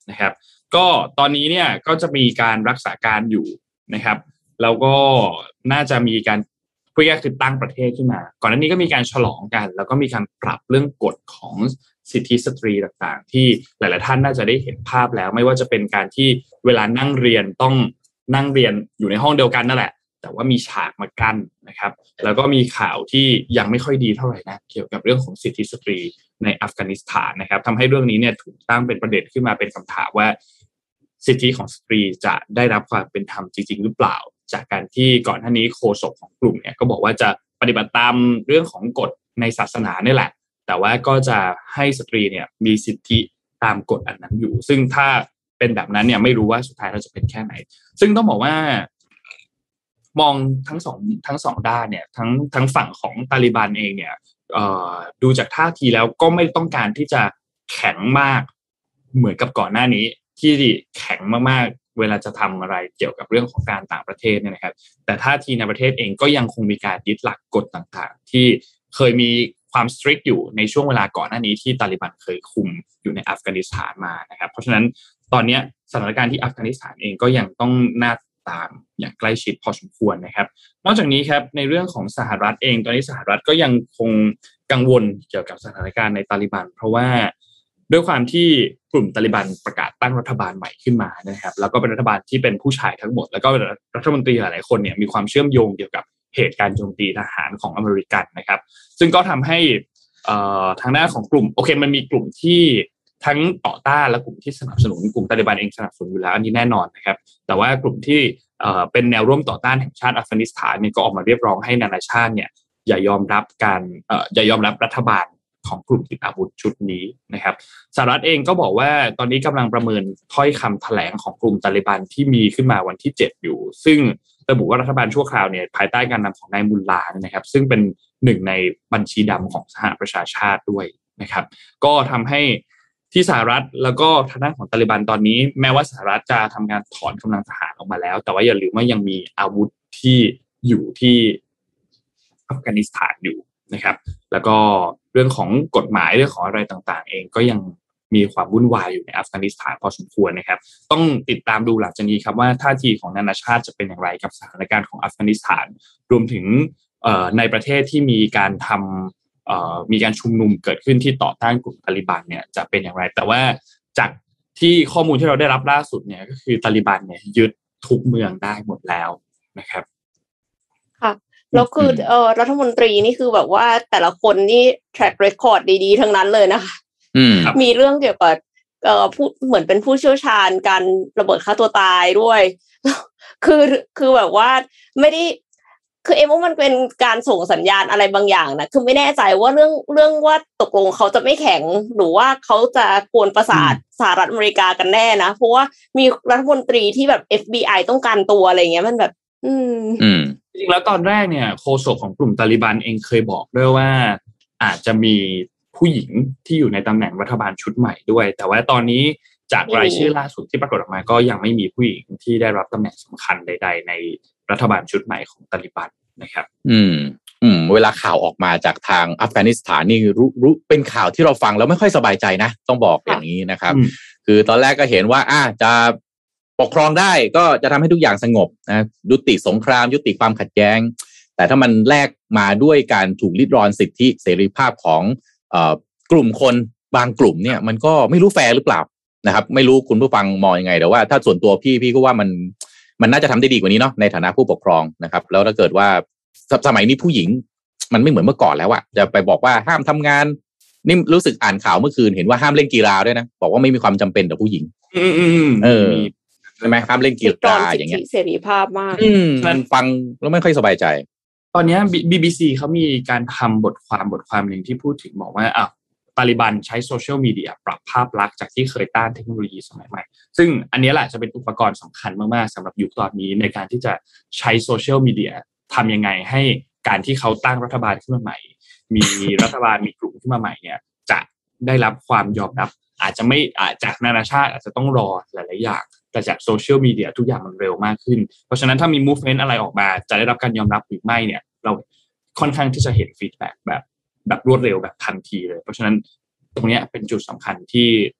นะครับก็ตอนนี้เนี่ยก็จะมีการรักษาการอยู่นะครับแล้วก็น่าจะมีการพูดง่ายๆคือตั้งประเทศขึ้นมาก่อนหน้านี้ก็มีการฉลองกันแล้วก็มีการปรับเรื่องกฎของสิทธิสตรีต่างๆที่หลายๆท่านน่าจะได้เห็นภาพแล้วไม่ว่าจะเป็นการที่เวลานั่งเรียนต้องนั่งเรียนอยู่ในห้องเดียวกันนั่นแหละแต่ว่ามีฉากมากั้นนะครับแล้วก็มีข่าวที่ยังไม่ค่อยดีเท่าไหร่นะเกี่ยวกับเรื่องของสิทธิสตรีในอัฟกานิสถานนะครับทำให้เรื่องนี้เนี่ยถูกตั้งเป็นประเด็นขึ้นมาเป็นคำถามว่าสิทธิของสตรีจะได้รับความเป็นธรรมจริงๆหรือเปล่าจากการที่ก่อนหน้านี้โฆษกของกลุ่มเนี่ยก็บอกว่าจะปฏิบัติตามเรื่องของกฎในศาสนานี่แหละแต่ว่าก็จะให้สตรีเนี่ยมีสิทธิตามกฎอันนั้นอยู่ซึ่งถ้าเป็นแบบนั้นเนี่ยไม่รู้ว่าสุดท้ายเราจะเป็นแค่ไหนซึ่งต้องบอกว่ามองทั้งสองทั้งสองด้านเนี่ยทั้งทั้งฝั่งของตาลิบันเองเนี่ยเอ่อดูจากท่าทีแล้วก็ไม่ต้องการที่จะแข็งมากเหมือนกับก่อนหน้านี้ที่แข็งมากๆเวลาจะทำอะไรเกี่ยวกับเรื่องของการต่างประเทศเนี่ยนะครับแต่ท่าทีในประเทศเองก็ยังคงมีการยึดหลักกฎต่างๆที่เคยมีความสตริกอยู่ในช่วงเวลาก่อนหน้านี้ที่ตาลิบันเคยคุมอยู่ในอัฟกานิสถานมานะครับเพราะฉะนั้นตอนนี้สถานการณ์ที่อัฟกานิสถานเองก็ยังต้องน่าตามอย่างใกล้ชิดพอสมควรนะครับนอกจากนี้ครับในเรื่องของสหรัฐเองตอนนี้สหรัฐก็ยังคงกังวลเกี่ยวกับสถานการณ์ในตาลิบันเพราะว่าด้วยความที่กลุ่มตาลิบันประกาศตั้งรัฐบาลใหม่ขึ้นมานะครับแล้วก็เป็นรัฐบาลที่เป็นผู้ชายทั้งหมดแล้วก็รัฐมนตรีหลายๆคนเนี่ยมีความเชื่อมโยงเกี่ยวกับเหตุการณ์โจมตีทหารของอเมริกันนะครับซึ่งก็ทำให้ทางด้านของกลุ่มโอเคมันมีกลุ่มที่ทั้งต่อต้านและกลุ่มที่สนับสนุนกลุ่มตาลิบันเองสนับสนุนอยู่แล้วอันนี้แน่นอนนะครับแต่ว่ากลุ่มที่เป็นแนวร่วมต่อต้านแห่งชาติอัฟกานิสถานเนี่ยก็ออกมาเรียกร้องให้นานาชาติเนี่ยอย่ายอมรับการอย่ายอมรับรัฐบาลของกลุ่มติดอาวุธชุดนี้นะครับสหรัฐเองก็บอกว่าตอนนี้กำลังประเมินถ้อยคำแถลงของกลุ่มตาลิบันที่มีขึ้นมาวันที่เจ็ดอยู่ซึ่งระบุว่ารัฐบาลชั่วคราวเนี่ยภายใต้การนำของนายมุลลานะครับซึ่งเป็นหนึ่งในบัญชีดำของสหประชาชาติด้วยนะครับก็ทำให้ที่สหรัฐแล้วก็ทางด้านของตาลิบันตอนนี้แม้ว่าสหรัฐจะทำงานถอนกำลังทหารออกมาแล้วแต่ว่าอย่าลืมว่ายังมีอาวุธที่อยู่ที่อัฟกานิสถานอยู่นะครับแล้วก็เรื่องของกฎหมายเรื่องของอะไรต่างๆเองก็ยังมีความวุ่นวายอยู่ในอัฟกานิสถานพอสมควรนะครับต้องติดตามดูหลังจากนี้ครับว่าท่าทีของนานาชาติจะเป็นอย่างไรกับสถานการณ์ของอัฟกานิสถานรวมถึงในประเทศที่มีการทำมีการชุมนุมเกิดขึ้นที่ต่อต้านกลุ่มตาลิบันเนี่ยจะเป็นอย่างไรแต่ว่าจากที่ข้อมูลที่เราได้รับล่าสุดเนี่ยก็คือตาลิบันเนี่ยยึดทุกเมืองได้หมดแล้วนะครับค่ะแล้วคือเอ่อรัฐมนตรีนี่คือแบบว่าแต่ละคนนี่ track record ดีๆทั้งนั้นเลยนะคะมีเรื่องเกี่ยวกับเอ่อผู้เหมือนเป็นผู้เชี่ยวชาญการระเบิดฆ่าตัวตายด้วยคือคือแบบว่าไม่ได้คือเอ็มว่ามันเป็นการส่งสัญญาณอะไรบางอย่างนะคือไม่แน่ใจว่าเรื่องเรื่องว่าตกลงเขาจะไม่แข็งหรือว่าเขาจะกวนประสาทสหรัฐอเมริกากันแน่นะเพราะว่ามีรัฐมนตรีที่แบบ เอฟ บี ไอ ต้องการตัวอะไรเงี้ยมันแบบอืมอืมจริงๆแล้วตอนแรกเนี่ยโฆษกของกลุ่มตาลิบันเองเคยบอกด้วยว่าอาจจะมีผู้หญิงที่อยู่ในตำแหน่งรัฐบาลชุดใหม่ด้วยแต่ว่าตอนนี้จากรายชื่อล่าสุดที่ปรากฏออกมาก็ยังไม่มีผู้หญิงที่ได้รับตำแหน่งสำคัญใดๆในรัฐบาลชุดใหม่ของตาลิบันนะครับอืมอืมเวลาข่าวออกมาจากทางอัฟกานิสถานนี่รู้รู้เป็นข่าวที่เราฟังแล้วไม่ค่อยสบายใจนะต้องบอกอย่างนี้นะครับคือตอนแรกก็เห็นว่าอ่ะจะปกครองได้ก็จะทำให้ทุกอย่างสงบนะยุติสงครามยุติความขัดแย้งแต่ถ้ามันแลกมาด้วยการถูกลิดรอนสิทธิเสรีภาพของเอ่อกลุ่มคนบางกลุ่มเนี่ยมันก็ไม่รู้แฟร์หรือเปล่านะครับไม่รู้คุณผู้ฟังมองยังไงแต่ว่าถ้าส่วนตัวพี่พี่ก็ว่ามันมันน่าจะทำได้ดีกว่านี้เนาะในฐานะผู้ปกครองนะครับแล้วถ้าเกิดว่าสมัยนี้ผู้หญิงมันไม่เหมือนเมื่อก่อนแล้วอะจะไปบอกว่าห้ามทำงานนี่รู้สึกอ่านข่าวเมื่อคืนเห็นว่าห้ามเล่นกีฬาด้วยนะบอกว่าไม่มีความจำเป็นต่อผู้หญิงเออใช่ไหมห้ามเล่นกีฬาอย่างเงี้ยเสรีภาพมากมันฟังแล้วไม่ค่อยสบายใจตอนนี้ บี บี ซี เขามีการทำบทความบทความหนึ่งที่พูดถึงบอกว่าอ้าวตาลิบันใช้โซเชียลมีเดียปรับภาพลักษณ์จากที่เคยต้านเทคโนโลยีสมัยใหม่ซึ่งอันนี้แหละจะเป็นอุปกรณ์สำคัญมากๆสำหรับยุคตอนนี้ในการที่จะใช้โซเชียลมีเดียทำยังไงให้การที่เขาตั้งรัฐบาลขึ้นมาใหม่มีรัฐบาลมีกลุ่มขึ้นมาใหม่เนี่ยจะได้รับความยอมรับอาจจะไม่อาจจากนานาชาติอาจจะต้องรอหลายๆอย่างแต่จากโซเชียลมีเดียทุกอย่างมันเร็วมากขึ้นเพราะฉะนั้นถ้ามี movement อะไรออกมาจะได้รับการยอมรับหรือไม่เนี่ยเราค่อนข้างที่จะเห็นฟีดแบ็กแบบแบบรวดเร็วแบบทันทีเลยเพราะฉะนั้นตรงนี้เป็นจุดสำคัญที่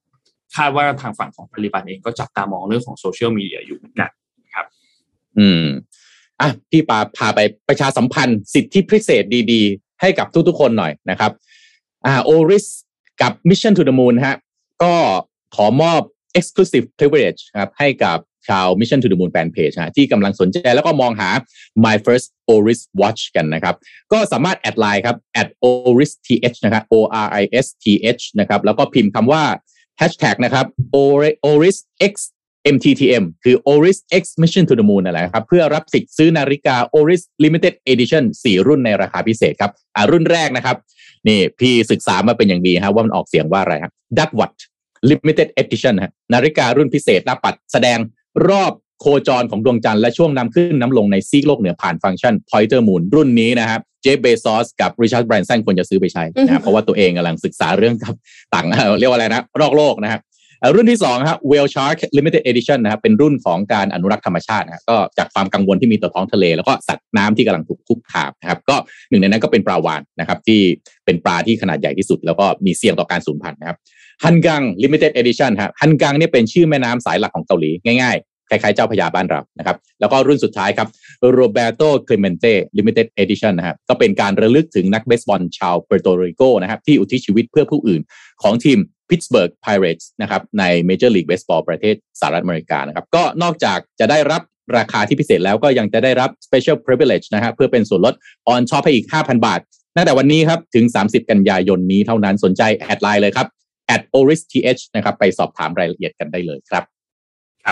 คาดว่าทางฝั่งของตาลิบันเองก็จับตามองเรื่องของโซเชียลมีเดียอยู่เหมือนกันครับอืมอ่ะพี่ปาพาไปประชาสัมพันธ์สิทธิพิเศษดีๆให้กับทุกๆคนหน่อยนะครับอ่า โอ อาร์ ไอ เอส กับ Mission to the Moon ฮะก็ขอมอบ exclusive privilege ครับให้กับชาว Mission to the Moon Fan Page ฮะที่กำลังสนใจแล้วก็มองหา My First โอ อาร์ ไอ เอส Watch กันนะครับก็สามารถแอดไลน์ครับ แอท โอ อาร์ ไอ เอส ที เอช นะครับ โอ อาร์ ไอ เอส ที เอช นะครับแล้วก็พิมพ์คำว่า hashtag นะครับ โอ อาร์ ไอ เอส X เอ็ม ที ที เอ็ม คือ โอ อาร์ ไอ เอส X Mission to the Moon นั่นแหละครับเพื่อรับสิทธิ์ซื้อนาฬิกา โอ อาร์ ไอ เอส Limited Edition สี่รุ่นในราคาพิเศษครับอ่ารุ่นแรกนะครับนี่พี่ศึกษามาเป็นอย่างดีฮะว่ามันออกเสียงว่าอะไรครับ Duckwatt Limited Edition ฮะนาฬิการุ่นพิเศษหน้าปัดแสดงรอบโคจรของดวงจันทร์และช่วงนำขึ้นน้ำลงในซีกโลกเหนือผ่านฟังก์ชัน Pointer Moon รุ่นนี้นะครับเจฟ เบซอสกับริชาร์ด แบรนสันควรจะซื้อไปใช้นะครับเพราะว่าตัวเองกำลังศึกษาเรื่องกับต่างเรียกว่าอะไรนะรอบโลกนะครับรุ่นที่สองครับ Whale Shark Limited Edition นะครับเป็นรุ่นของการอนุรักษ์ธรรมชาตินะก็จากความกังวลที่มีต่อท้องทะเลแล้วก็สัตว์น้ำที่กำลังถูกคุกคามนะครับก็หนึ่งในนั้นก็เป็นปลาวาฬนะครับที่เป็นปลาที่ขนาดใหญ่ที่สุดแล้วก็มีเสี่ยงต่อการสูญพันธุ์นะครับฮันกัง Limited Edition ครับฮันกังเนี่ยเป็นชื่อแม่น้ำสายหลักของเกาหลีง่ายๆคล้ายๆเจ้าพระยาบ้านเรานะครับแล้วก็รุ่นสุดท้ายครับ Roberto Clemente Limited Edition นะครับก็เป็นการระลึกถึงนักเบสบอลชาวเปอร์โตริโกนะครับที่อุทิศชีวิตเพื่อผู้อื่นของทีม Pittsburgh Pirates นะครับใน Major League Baseball ประเทศสหรัฐอเมริกานะครับก็นอกจากจะได้รับราคาที่พิเศษแล้วก็ยังจะได้รับ Special Privilege นะฮะเพื่อเป็นส่วนลด on top ให้อีก ห้าพัน บาทตั้งแต่วันนี้ครับถึงสามสิบกันยายนนี้เท่านั้นสนใจแอดไลน์เลยครับ แอท โอ อาร์ ไอ เอส ที เอช นะครับไปสอบถามรายละเอียดกันได้เลยครับครับ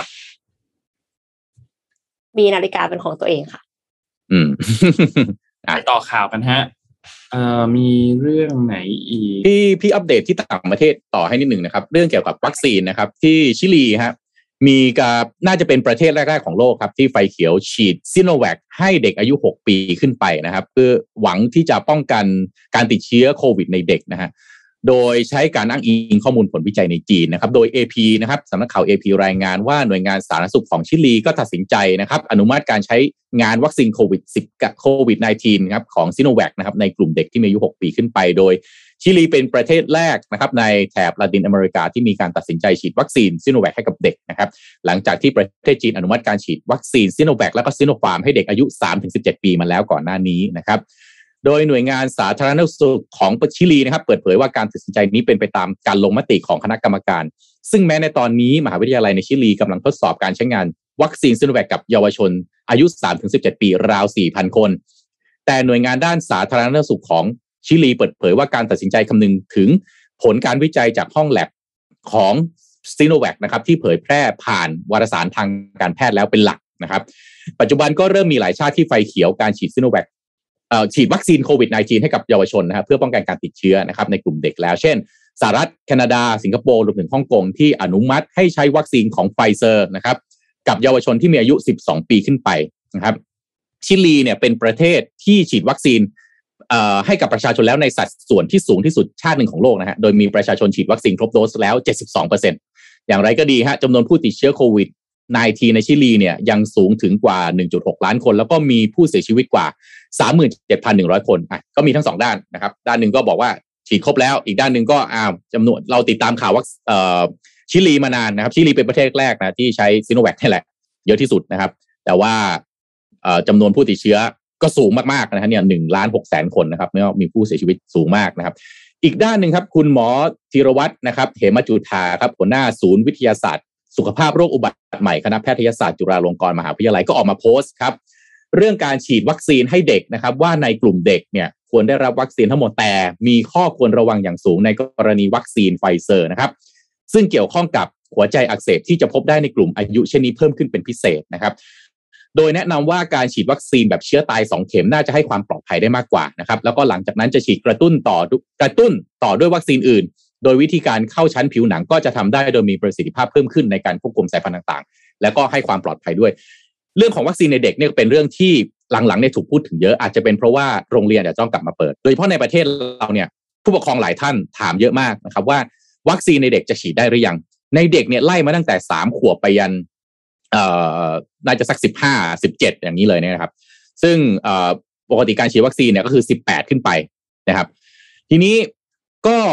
มีนาฬิกาเป็นของตัวเองค่ะอืมไปต่อข่าวกันฮะเอ่อมีเรื่องไหนอีกพี่พี่อัปเดตที่ต่างประเทศต่อให้นิดหนึ่งนะครับเรื่องเกี่ยวกับวัคซีนนะครับที่ชิลีฮะมีกับน่าจะเป็นประเทศแรกๆของโลกครับที่ไฟเขียวฉีดซิโนแวคให้เด็กอายุหกปีขึ้นไปนะครับเพื่อหวังที่จะป้องกันการติดเชื้อโควิดในเด็กนะฮะโดยใช้การอ้างอิงข้อมูลผลวิจัยในจีนนะครับโดย เอ พี นะครับสำนักข่าว เอ พี รายงานว่าหน่วยงานสาธารณสุขของชิลีก็ตัดสินใจนะครับอนุมัติการใช้งานวัคซีนโควิด สิบ กับโควิด สิบเก้า ครับของซิโนแวคนะครับในกลุ่มเด็กที่มีอายุหกปีขึ้นไปโดยชิลีเป็นประเทศแรกนะครับในแถบลาตินอเมริกาที่มีการตัดสินใจฉีดวัคซีนซิโนแวคให้กับเด็กนะครับหลังจากที่ประเทศจีนอนุมัติการฉีดวัคซีนซิโนแวคและก็ซิโนฟาร์มให้เด็กอายุ สามถึงสิบเจ็ด ปีมาแล้วก่อนหน้านี้นะครับโดยหน่วยงานสาธารณสุขของชิลีนะครับเปิดเผยว่าการตัดสินใจนี้เป็นไปตามการลงมติของคณะกรรมการซึ่งแม้ในตอนนี้มหาวิทยาลัยในชิลีกำลังทดสอบการใช้งานวัคซีนซิโนแวคกับเยาวชนอายุ สามถึงสิบเจ็ด ปีราว สี่พัน คนแต่หน่วยงานด้านสาธารณสุขของชิลีเปิดเผยว่าการตัดสินใจคำนึงถึงผลการวิจัยจากห้องแลบของซิโนแวคนะครับที่เผยแพร่ผ่านวารสารทางการแพทย์แล้วเป็นหลักนะครับปัจจุบันก็เริ่มมีหลายชาติที่ไฟเขียวการฉีดซิโนแวคฉีดวัคซีนโควิด สิบเก้า ให้กับเยาวชนนะครับเพื่อป้องกันการติดเชื้อนะครับในกลุ่มเด็กแล้วเช่นสหรัฐแคนาดาสิงคโปร์รวมถึงฮ่องกงที่อนุมัติให้ใช้วัคซีนของไฟเซอร์นะครับกับเยาวชนที่มีอายุสิบสองปีขึ้นไปนะครับชิลีเนี่ยเป็นประเทศที่ฉีดวัคซีนให้กับประชาชนแล้วในสัดส่วนที่สูงที่สุดชาติหนึ่งของโลกนะฮะโดยมีประชาชนฉีดวัคซีนครบโดสแล้ว เจ็ดสิบสองเปอร์เซ็นต์ อย่างไรก็ดีฮะจำนวนผู้ติดเชื้อโควิด สิบเก้า ในชิลีเนี่ยยังสูงถึงกว่า หนึ่งจุดหก ล้านคนแล้วก็มีผู้เสียชีวิตกว่า สามหมื่นเจ็ดพันหนึ่งร้อย คนอ่ะก็มีทั้งสองด้านนะครับด้านหนึ่งก็บอกว่าฉีดครบแล้วอีกด้านหนึ่งก็อ้าวจำนวนเราติดตามข่าวว่าเอ่อชิลีมานานนะครับชิลีเป็นประเทศแรกนะที่ใช้ซิโนแวคนี่แหละเยอะที่สุดนะครับแต่ว่าเอ่อจำนวนผู้ติดเชื้อก็สูงมากๆนะฮะเนี่ยหนึ่งล้านหกแสนคนนะครับแล้วมีผู้เสียชีวิตสูงมากนะครับอีกด้านหนึ่งครับคุณหมอธีรวัฒน์นะครับเหมจุฑาครับหัวหน้าศูนย์วิทยาศาสตร์สุขภาพโรคอุบัติใหม่คณะแพทยศาสตร์จุฬาลงกรณ์มหาวิทยาลัยก็ออกมาโพสต์ครับเรื่องการฉีดวัคซีนให้เด็กนะครับว่าในกลุ่มเด็กเนี่ยควรได้รับวัคซีนทั้งหมดแต่มีข้อควรระวังอย่างสูงในกรณีวัคซีนไฟเซอร์นะครับซึ่งเกี่ยวข้องกับหัวใจอักเสบที่จะพบได้ในกลุ่มอายุเช่นนี้เพิ่มขึ้นเป็นพิเศษนะครับโดยแนะนำว่าการฉีดวัคซีนแบบเชื้อตายสองเข็มน่าจะให้ความปลอดภัยได้มากกว่านะครับแล้วก็หลังจากนั้นจะฉีดกระตุ้นต่อกระตุ้นต่อด้วยวัคซีนอื่นโดยวิธีการเข้าชั้นผิวหนังก็จะทำได้โดยมีประสิทธิภาพเพิ่มขึ้นในการควบคุมสายพันธุ์ต่างๆแล้วก็ให้ความปลอดภัยด้วยเรื่องของวัคซีนในเด็กเนี่ยเป็นเรื่องที่หลังๆเนี่ยถูกพูดถึงเยอะอาจจะเป็นเพราะว่าโรงเรียนจะต้องกลับมาเปิดโดยเฉพาะในประเทศเราเนี่ยผู้ปกครองหลายท่านถามเยอะมากนะครับว่าวัคซีนในเด็กจะฉีดได้หรือยังในเด็กเนี่ยไล่มาตั้งแต่สามขวบไปยันเอ่อน่าจะสักสิบห้า สิบเจ็ดอย่างนี้เลยนะครับซึ่งเอ่อปกติการฉีดวัคซีนเนี่ยก็คือสิบแปดขึ้นไปนะครับทีนี้ก็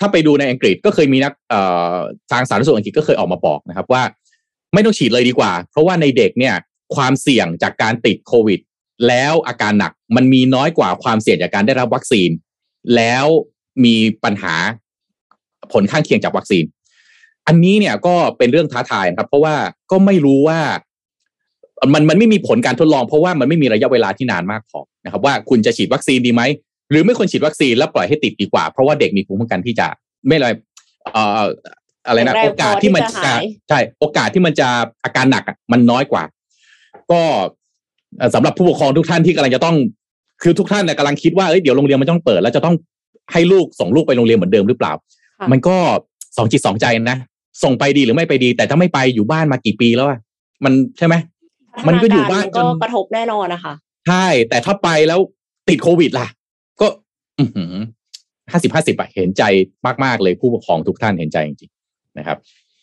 ถ้าไปดูในอังกฤษก็เคยมีนักเอ่อทางสาธารณสุขอังกฤษก็เคยออกมาบอกนะครับว่าไม่ต้องฉีดเลยดีกว่าเพราะว่าในเด็กเนี่ยความเสี่ยงจากการติดโควิดแล้วอาการหนักมันมีน้อยกว่าความเสี่ยงจากการได้รับวัคซีนแล้วมีปัญหาผลข้างเคียงจากวัคซีนอันนี้เนี่ยก็เป็นเรื่องท้าทายครับเพราะว่าก็ไม่รู้ว่ามันมันไม่มีผลการทดลองเพราะว่ามันไม่มีระยะเวลาที่นานมากพอนะครับว่าคุณจะฉีดวัคซีนดีไหมหรือไม่ควรฉีดวัคซีนแล้วปล่อยให้ติดดีกว่าเพราะว่าเด็กมีภูมิคุ้มกันที่จะไม่อะไรเอ่ออะไรนะโอกาสที่มันจะใช่โอกาสที่มันจะอาการหนักอ่ะมันน้อยกว่าก็สำหรับผู้ปกครองทุกท่านที่กำลังจะต้องคือทุกท่านเนี่ยกำลังคิดว่าเอ้ยเดี๋ยวโรงเรียนมันต้องเปิดแล้วจะต้องให้ลูกส่งลูกไปโรงเรียนเหมือนเดิมหรือเปล่ามันก็สองจิตสองใจนะส่งไปดีหรือไม่ไปดีแต่ถ้าไม่ไปอยู่บ้านมากี่ปีแล้วอ่ะมันใช่ไหมมันก็อยู่บ้านจนกระทบแน่นอนนะคะใช่แต่ถ้าไปแล้วติดโควิดล่ะก็ห้าสิบห้าสิบอะเห็นใจมากๆเลยผู้ปกครองทุกท่านเห็นใจจริงๆนะครับ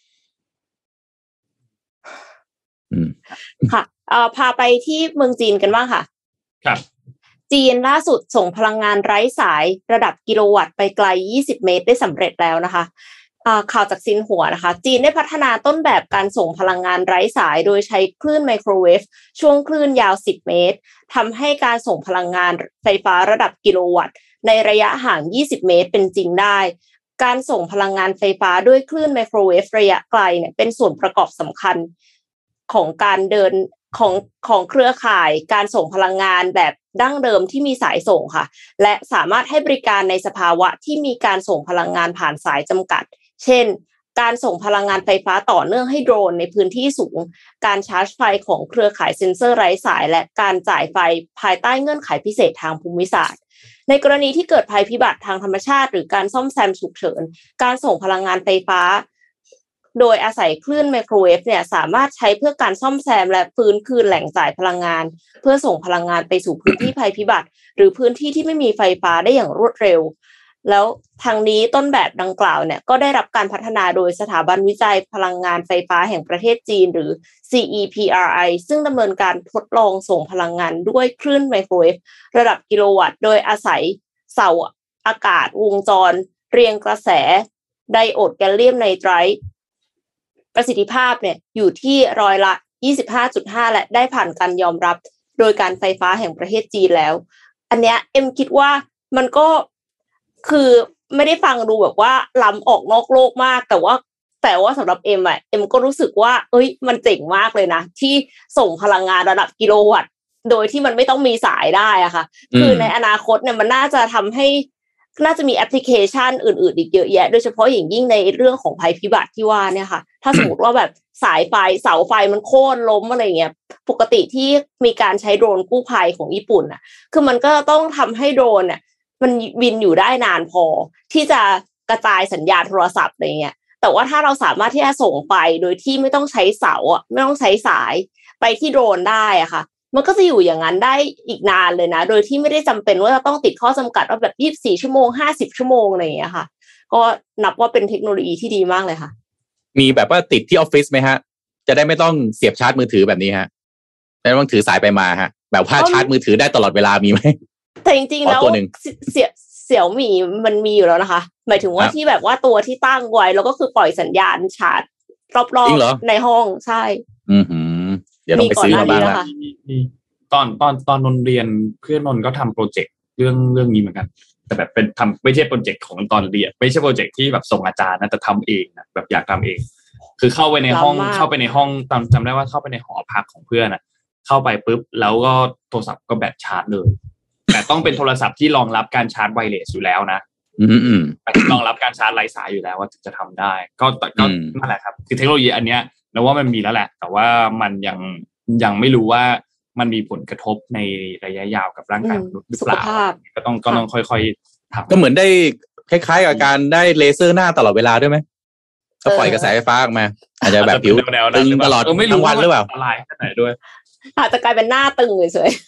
อืมค่ะเอ่อพาไปที่เมืองจีนกันบ้างค่ะครับจีนล่าสุดส่งพลังงานไร้สายระดับกิโลวัตต์ไปไกลยี่สิบเมตรได้สำเร็จแล้วนะคะข่าวจากซินหัวนะคะจีนได้พัฒนาต้นแบบการส่งพลังงานไร้สายโดยใช้คลื่นไมโครเวฟช่วงคลื่นยาวสิบเมตรทำให้การส่งพลังงานไฟฟ้าระดับกิโลวัตต์ในระยะห่างยี่สิบเมตรเป็นจริงได้การส่งพลังงานไฟฟ้าด้วยคลื่นไมโครเวฟระยะไกลเนี่ยเป็นส่วนประกอบสำคัญของการเดินของของเครือข่ายการส่งพลังงานแบบดั้งเดิมที่มีสายส่งค่ะและสามารถให้บริการในสภาวะที่มีการส่งพลังงานผ่านสายจำกัดเช่นการส่งพลังงานไฟฟ้าต่อเนื่องให้โดรนในพื้นที่สูงการชาร์จไฟของเครือข่ายเซ็นเซอร์ไร้สายและการจ่ายไฟภายใต้เงื่อนไขพิเศษทางภูมิศาสตร์ในกรณีที่เกิดภัยพิบัติทางธรรมชาติหรือการซ่อมแซมฉุกเฉินการส่งพลังงานไฟฟ้าโดยอาศัยคลื่นไมโครเวฟเนี่ยสามารถใช้เพื่อการซ่อมแซมและฟื้นคืนแหล่งจ่ายพลังงานเพื่อส่งพลังงานไปสู่พื้นที่ภัยพิบัติหรือพื้นที่ที่ไม่มีไฟฟ้าได้อย่างรวดเร็วแล้วทางนี้ต้นแบบดังกล่าวเนี่ยก็ได้รับการพัฒนาโดยสถาบันวิจัยพลังงานไฟฟ้าแห่งประเทศจีนหรือ ซี อี พี อาร์ ไอ ซึ่งดำเนินการทดลองส่งพลังงานด้วยคลื่นไมโครเวฟระดับกิโลวัตต์โดยอาศัยเสาอากาศวงจรเรียงกระแสไดโอดแกลเลียมไนไตรท์ประสิทธิภาพเนี่ยอยู่ที่ร้อยละ ยี่สิบห้าจุดห้า และได้ผ่านการยอมรับโดยการไฟฟ้าแห่งประเทศจีนแล้วอันเนี้ยเอ็มคิดว่ามันก็คือไม่ได้ฟังดูแบบว่าล้ำออกนอกโลกมากแต่ว่าแต่ว่าสำหรับเอ็มอ่ะเอ็มก็รู้สึกว่าเอ้ยมันเจ๋งมากเลยนะที่ส่งพลังงานระดับกิโลวัตต์โดยที่มันไม่ต้องมีสายได้อ่ะค่ะคือในอนาคตเนี่ยมันน่าจะทำให้น่าจะมีแอปพลิเคชันอื่นๆอีกเยอะแยะโดยเฉพาะอย่างยิ่งในเรื่องของภัยพิบัติที่ว่าเนี่ยค่ะถ้าสมมติว่าแบบสายไฟเสาไฟมันโค่นล้มอะไรเงี้ยปกติที่มีการใช้โดรนกู้ภัยของญี่ปุ่นน่ะคือมันก็ต้องทำให้โดรนเนี่ยมันบินอยู่ได้นานพอที่จะกระจายสัญญาณโทรศัพท์อะไรเงี้ยแต่ว่าถ้าเราสามารถที่จะส่งไปโดยที่ไม่ต้องใช้เสาอ่ะไม่ต้องใช้สายไปที่โดรนได้อ่ะค่ะมันก็จะอยู่อย่างนั้นได้อีกนานเลยนะโดยที่ไม่ได้จำเป็นว่าจะต้องติดข้อจำกัดว่าแบบยี่สิบสี่ชั่วโมงห้าสิบชั่วโมงอะไรอย่างเงี้ยค่ะก็นับว่าเป็นเทคโนโลยีที่ดีมากเลยค่ะมีแบบว่าติดที่ออฟฟิศไหมฮะจะได้ไม่ต้องเสียบชาร์จมือถือแบบนี้ฮะไม่ต้องถือสายไปมาฮะแบบว่าชาร์จมือถือได้ตลอดเวลามีไหมแต่จริงๆแล้วเสี่ยเสี่ยวหมี่มันมีอยู่แล้วนะคะหมายถึงว่าที่แบบว่าตัวที่ตั้งไว้แล้วก็คือปล่อยสัญญาณชาร์จรอบๆในห้องใช่อือหือเดี๋ยวต้องไปซื้อมาบ้างละตอนตอนตอนนนเรียนเพื่อนนนก็ทำโปรเจกต์เรื่องเรื่องนี้เหมือนกันแต่แบบเป็นทำไม่ใช่โปรเจกต์ของตอนเรียนไม่ใช่โปรเจกต์ที่แบบส่งอาจารย์นะแต่ทำเองนะแบบอยากทำเองคือเข้าไปในห้องเข้าไปในห้องจำจำได้ว่าเข้าไปในหอพักของเพื่อนอ่ะเข้าไปปุ๊บแล้วก็โทรศัพท์ก็แบตชาร์จเลยแต่ต้องเป็นโทรศัพท์ที่รองรับการชาร์จไวเลสอยู่แล้วนะอืมรองรับการชาร์จไร้สายอยู่แล้วว่าจะทำได้ก็ก็นั่นแหละครับคือเทคโนโลยีอันเนี้ยนะว่ามันมีแล้วแหละแต่ว่ามันยังยังไม่รู้ว่ามันมีผลกระทบในระยะยาวกับร่างกายมนุษย์หรือเปล่าก็ต้องก็ต้องค่อยๆทำก็เหมือนได้คล้ายๆกับการได้เลเซอร์หน้าตลอดเวลาด้วยไหมก็ปล่อยกระแสไฟฟ้าออกมาอาจจะแบบผิวตึงตลอดทั้งวันหรือเปล่าอะไรแค่ไหนด้วยอาจจะกลายเป็นหน้าตึงเฉย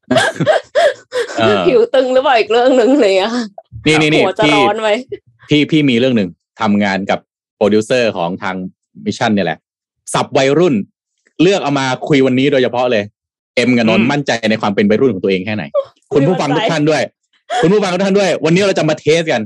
ๆผิวตึงหรือเปล่าอีกเรื่องนึงเลยอ่ะนี่นี่นี่พี่พี่พี่มีเรื่องหนึ่งทำงานกับโปรดิวเซอร์ของทางมิชชั่นเนี่ยแหละสับวัยรุ่นเลือกเอามาคุยวันนี้โดยเฉพาะเลยเอ็มกับนนท์มั่นใจในความเป็นวัยรุ่นของตัวเองแค่ไหนคุณผู้ฟังทุกท่านด้วยคุณผู้ฟังทุกท่านด้วยวันนี้เราจะมาเทสกัน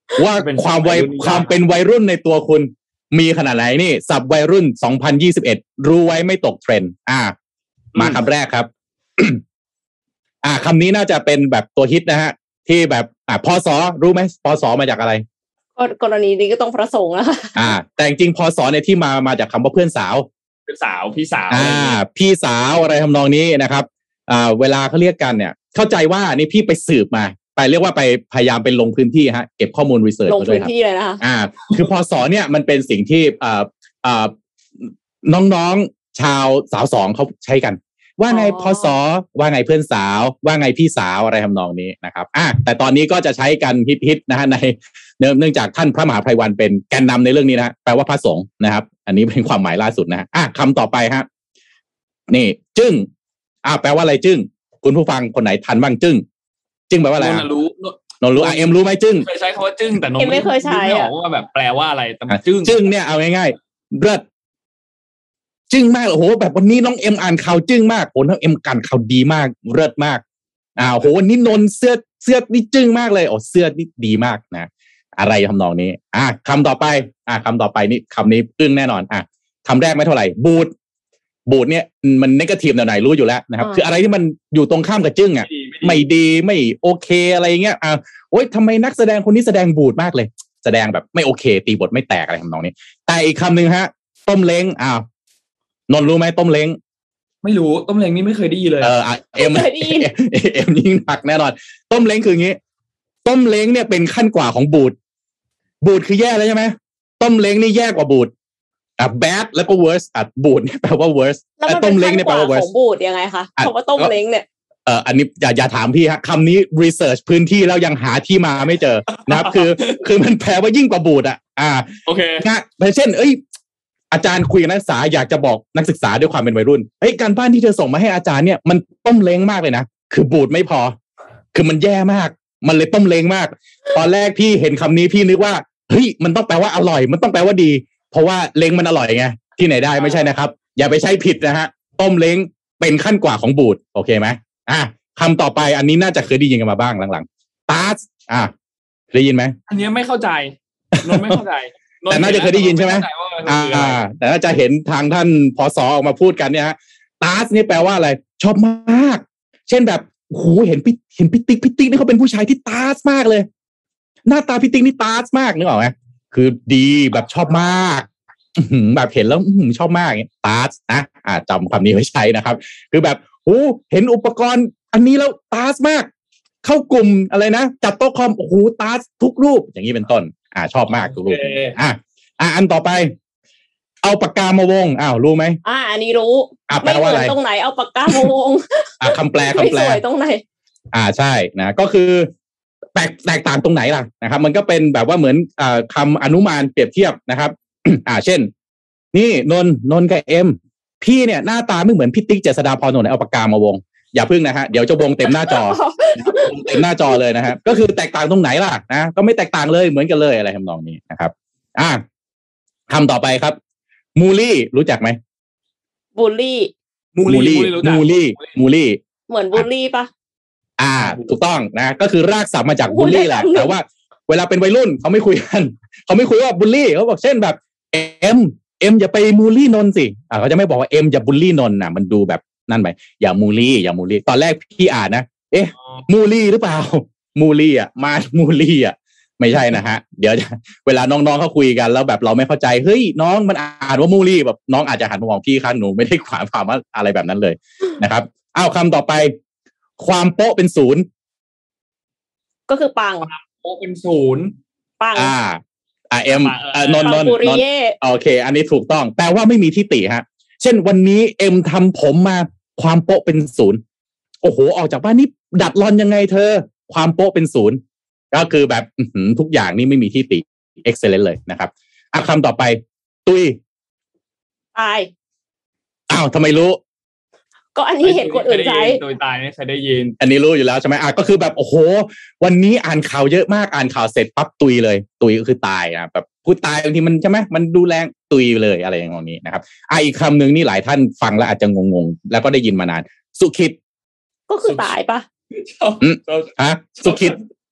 ว่าความวัยความเป็นวัยรุ่นในตัวคุณมีขนาดไหนนี่สับวัยรุ่นสองพันยี่สิบเอ็ดรู้ไว้ไม่ตกเทรนด์อ่ามาคำแรกครับ อ่าคำนี้น่าจะเป็นแบบตัวฮิตนะฮะที่แบบอ่าพศรู้ไหมพศมาจากอะไรกรณีนี้ก็ต้องพระสงฆ์นะคะอ่าแต่จริงพศในที่มามาจากคำว่าเพื่อนสาวเพื่อนสาวพี่สาวอ่าพี่สาวอะไรทำนองนี้นะครับอ่าเวลาเขาเรียกกันเนี่ยเข้าใจว่านี่พี่ไปสืบมาไปเรียกว่าไปพยายามไปลงพื้นที่ฮะเก็บข้อมูลรีเสิร์ชมาด้วยครับลงพื้นที่เลยนะคะอ่าคือพศเนี่ยมันเป็นสิ่งที่อ่าอ่าน้องๆชาวสาวสองเขาใช้กันว่าไงพศว่าไงเพื่อนสาวว่าไงพี่สาวอะไรทำนองนี้นะครับอ่ะแต่ตอนนี้ก็จะใช้กันฮิตๆนะฮะในเนื่องจากท่านพระมหาไพรวันเป็นแกนนำในเรื่องนี้นะแปลว่าพระสงฆ์นะครับอันนี้เป็นความหมายล่าสุดนะฮะอ่ะคำต่อไปฮะนี่จึ้งอ่ะแปลว่าอะไรจึ้งคุณผู้ฟังคนไหนทันบ้างจึ้งจึ้งแปลว่าอะไรนนรู้นนรู้อ่ะเอ็มรู้ไหมจึ้งเคยใช้คำว่าจึ้งแต่นนไม่เคยใช้อ่ะว่าแบบแปลว่าอะไรแต่จึ้งจึ้งเนี่ยเอาง่ายๆเลิศจึ้งมากโอ้โหแบบวันนี้น้องเอ็มอ่านข่าวจึ้งมากโอ้น้องเอ็มกันข่าวดีมากเลิศมากอ่าโหวันนี้นนเสื้อเสื้อนี่จึ้งมากเลยโอ้เสื้อนี่ดีมากนะอะไรทำนองนี้อ่ะคำต่อไปอ่ะคำต่อไปนี่คำนี้อึ้งแน่นอนอ่ะคำแรกไม่เท่าไหร่บูดบูดเนี่ยมันเนกาทีฟแนวไหนรู้อยู่แล้วนะครับคืออะไรที่มันอยู่ตรงข้ามกับจึ้งอ่ะไม่ดีไม่โอเคอะไรเงี้ยอ่ะโอ๊ยทำไมนักแสดงคนนี้แสดงบูดมากเลยแสดงแบบไม่โอเคตีบทไม่แตกอะไรทำนองนี้แต่อีกคำหนึ่งฮะต้มเล้งอ้าวนนรู้ไหมต้มเล้งไม่รู้ต้มเล้งนี่ไม่เคยได้ยินเลยเออเอ็มเอ็มยิ่งหนักแน่นอนต้มเล้งคืออย่างนี้ต้มเล้งเนี่ยเป็นขั้นกว่าของบูดบูดคือแย่แล้วใช่ไหมต้มเล้งนี่แย่กว่าบูดอ่ะ bad แล้วก็ worse อ่ะบูดเนี่ยแปลว่า worse แต่ต้มเล้งเนี่ยแปลว่า worse ของบูดยังไงคะคำว่าต้มเล้งเนี่ยเอ่ออันนี้อย่าอย่าถามพี่ฮะคำนี้ research พื้นที่แล้วยังหาที่มาไม่เจอนะครับคือคือมันแปลว่ายิ่งกว่าบูดอ่ะอ่าโอเคนะเช่นเอ้ยอาจารย์คุยกับนักศึกษาอยากจะบอกนักศึกษาด้วยความเป็นวัยรุ่นเฮ้ยการบ้านที่เธอส่งมาให้อาจารย์เนี่ยมันต้มเล้งมากเลยนะคือบูดไม่พอคือมันแย่มากมันเลยต้มเล้งมากตอนแรกพี่เห็นคำนี้พี่นึกว่าเฮ้ยมันต้องแปลว่าอร่อยมันต้องแปลว่าดีเพราะว่าเล้งมันอร่อยไงที่ไหนได้ไม่ใช่นะครับอย่าไปใช้ผิดนะฮะต้มเล้งเป็นขั้นกว่าของบูดโอเคไหมอ่ะคำต่อไปอันนี้น่าจะเคยได้ยินกันมาบ้างหลังๆตาสอ่ะได้ยินไหมอันนี้ไม่เข้าใจนนไม่เข้าใจแต่น่าจะเคยได้ยินใช่ไหมอ่าแต่น่าจะเห็นทางท่านพศออกมาพูดกันเนี่ยฮะตาสนี่แปลว่าอะไรชอบมากเช่นแบบโอ้โหเห็นพี่เห็นพี่ติ๊กพี่ติ๊กนี่เขาเป็นผู้ชายที่ตาสมากเลยหน้าตาพี่ติ๊กนี่ตาสมากนึกออกไหมคือดีแบบชอบมากแบบเห็นแล้วชอบมากตาสนะอ่าจำคำนี้ไว้ใช้นะครับคือแบบโอ้เห็นอุปกรณ์อันนี้แล้วตาสมากเข้ากลุ่มอะไรนะจัดโต๊ะคอมโอ้โหตาสทุกรูปอย่างนี้เป็นต้นอ่าชอบมากทุกรูปอ่าอ่าอันต่อไปเอาปากกามาวงอ้าวรู้ไหมอ่าอันนี้รู้อ่าแปลว่าอะไรตรงไหนเอาปากกามาวงอ่าคำแปลคำแปลตรงไหนอ่าใช่นะก็คือแตกแตกต่างตรงไหนล่ะนะครับมันก็เป็นแบบว่าเหมือนอ่าคำอนุมานเปรียบเทียบนะครับอ่าเช่นนี่นนนนกับเอ็มพี่เนี่ยหน้าตาไม่เหมือนพี่ติ๊กเจษฎาพรหนเอาปากกามาวงอย่าพึ่งนะฮะเดี๋ยวจะวงเต็มหน้าจอวงเต็มหน้าจอเลยนะฮะก็คือแตกต่างตรงไหนล่ะนะก็ไม่แตกต่างเลยเหมือนกันเลยอะไรทำนองนี้นะครับอ่าคำต่อไปครับมูลี่รู้จักไหมบูลลี่มูลี่มูลี่มูลี่เหมือนบูลลี่ปะอ่าถูกต้องนะก็คือรากศัพท์มาจากบูลลี่แหละแต่ว่าเวลาเป็นวัยรุ่นเขาไม่คุยกันเขาไม่คุยว่าบูลลี่เขาบอกเช่นแบบเอ็มเอ็มอย่าไปมูลี่นนสิอ่าเขาจะไม่บอกว่าเอ็มอย่าบูลลี่นนนะมันดูแบบนั่นไปอย่ามูลี่อย่ามูลี่ตอนแรกพี่อ่านนะเอ๊ะมูลี่หรือเปล่ามูลี่อ่ะมามูลี่อ่ะไม่ใช่นะฮะเดี๋ยวเวลาน้องๆเขาคุยกันแล้วแบบเราไม่เข้าใจเฮ้ยน้องมันอ่านว่ามูลี่แบบน้องอาจจะหันมามองพี่ค่ะหนูไม่ได้ความความว่าอะไรแบบนั้นเลยนะครับอ้าวคำต่อไปความโป๊ะเป็นศูนย์ก็คือปังโป๊ะเป็นศูนย์ปังอ่าอ่าเอ็มอ่านนนนนโอเคอันนี้ถูกต้องแปลว่าไม่มีทิฏฐิฮะเช่นวันนี้เอ็มทำผมมาความโป๊ะเป็นศูนย์โอ้โหออกจากบ้านนี่ดัดรอนยังไงเธอความโป๊ะเป็นศูนย์ก็คือแบบทุกอย่างนี่ไม่มีที่ติ excellent เลยนะครับอ่ะคำต่อไปตุยตายอ้าวทำไมรู้ก็อันนี้เห็นคนอื่นใช้โดยตายนี่ใครได้ยินอันนี้รู้อยู่แล้วใช่ไหมอ่ะก็คือแบบโอ้โหวันนี้อ่านข่าวเยอะมากอ่านข่าวเสร็จปั๊บตุยเลยตุยก็คือตายอ่ะแบบพูดตายบางทีมันใช่ไหมมันดูแรงตุยเลยอะไรอย่างนี้นะครับอ่ะอีกคำหนึ่งนี่หลายท่านฟังแล้วอาจจะงงๆแล้วก็ได้ยินมานานสุขิตก็คือตายปะฮะสุขิตสุ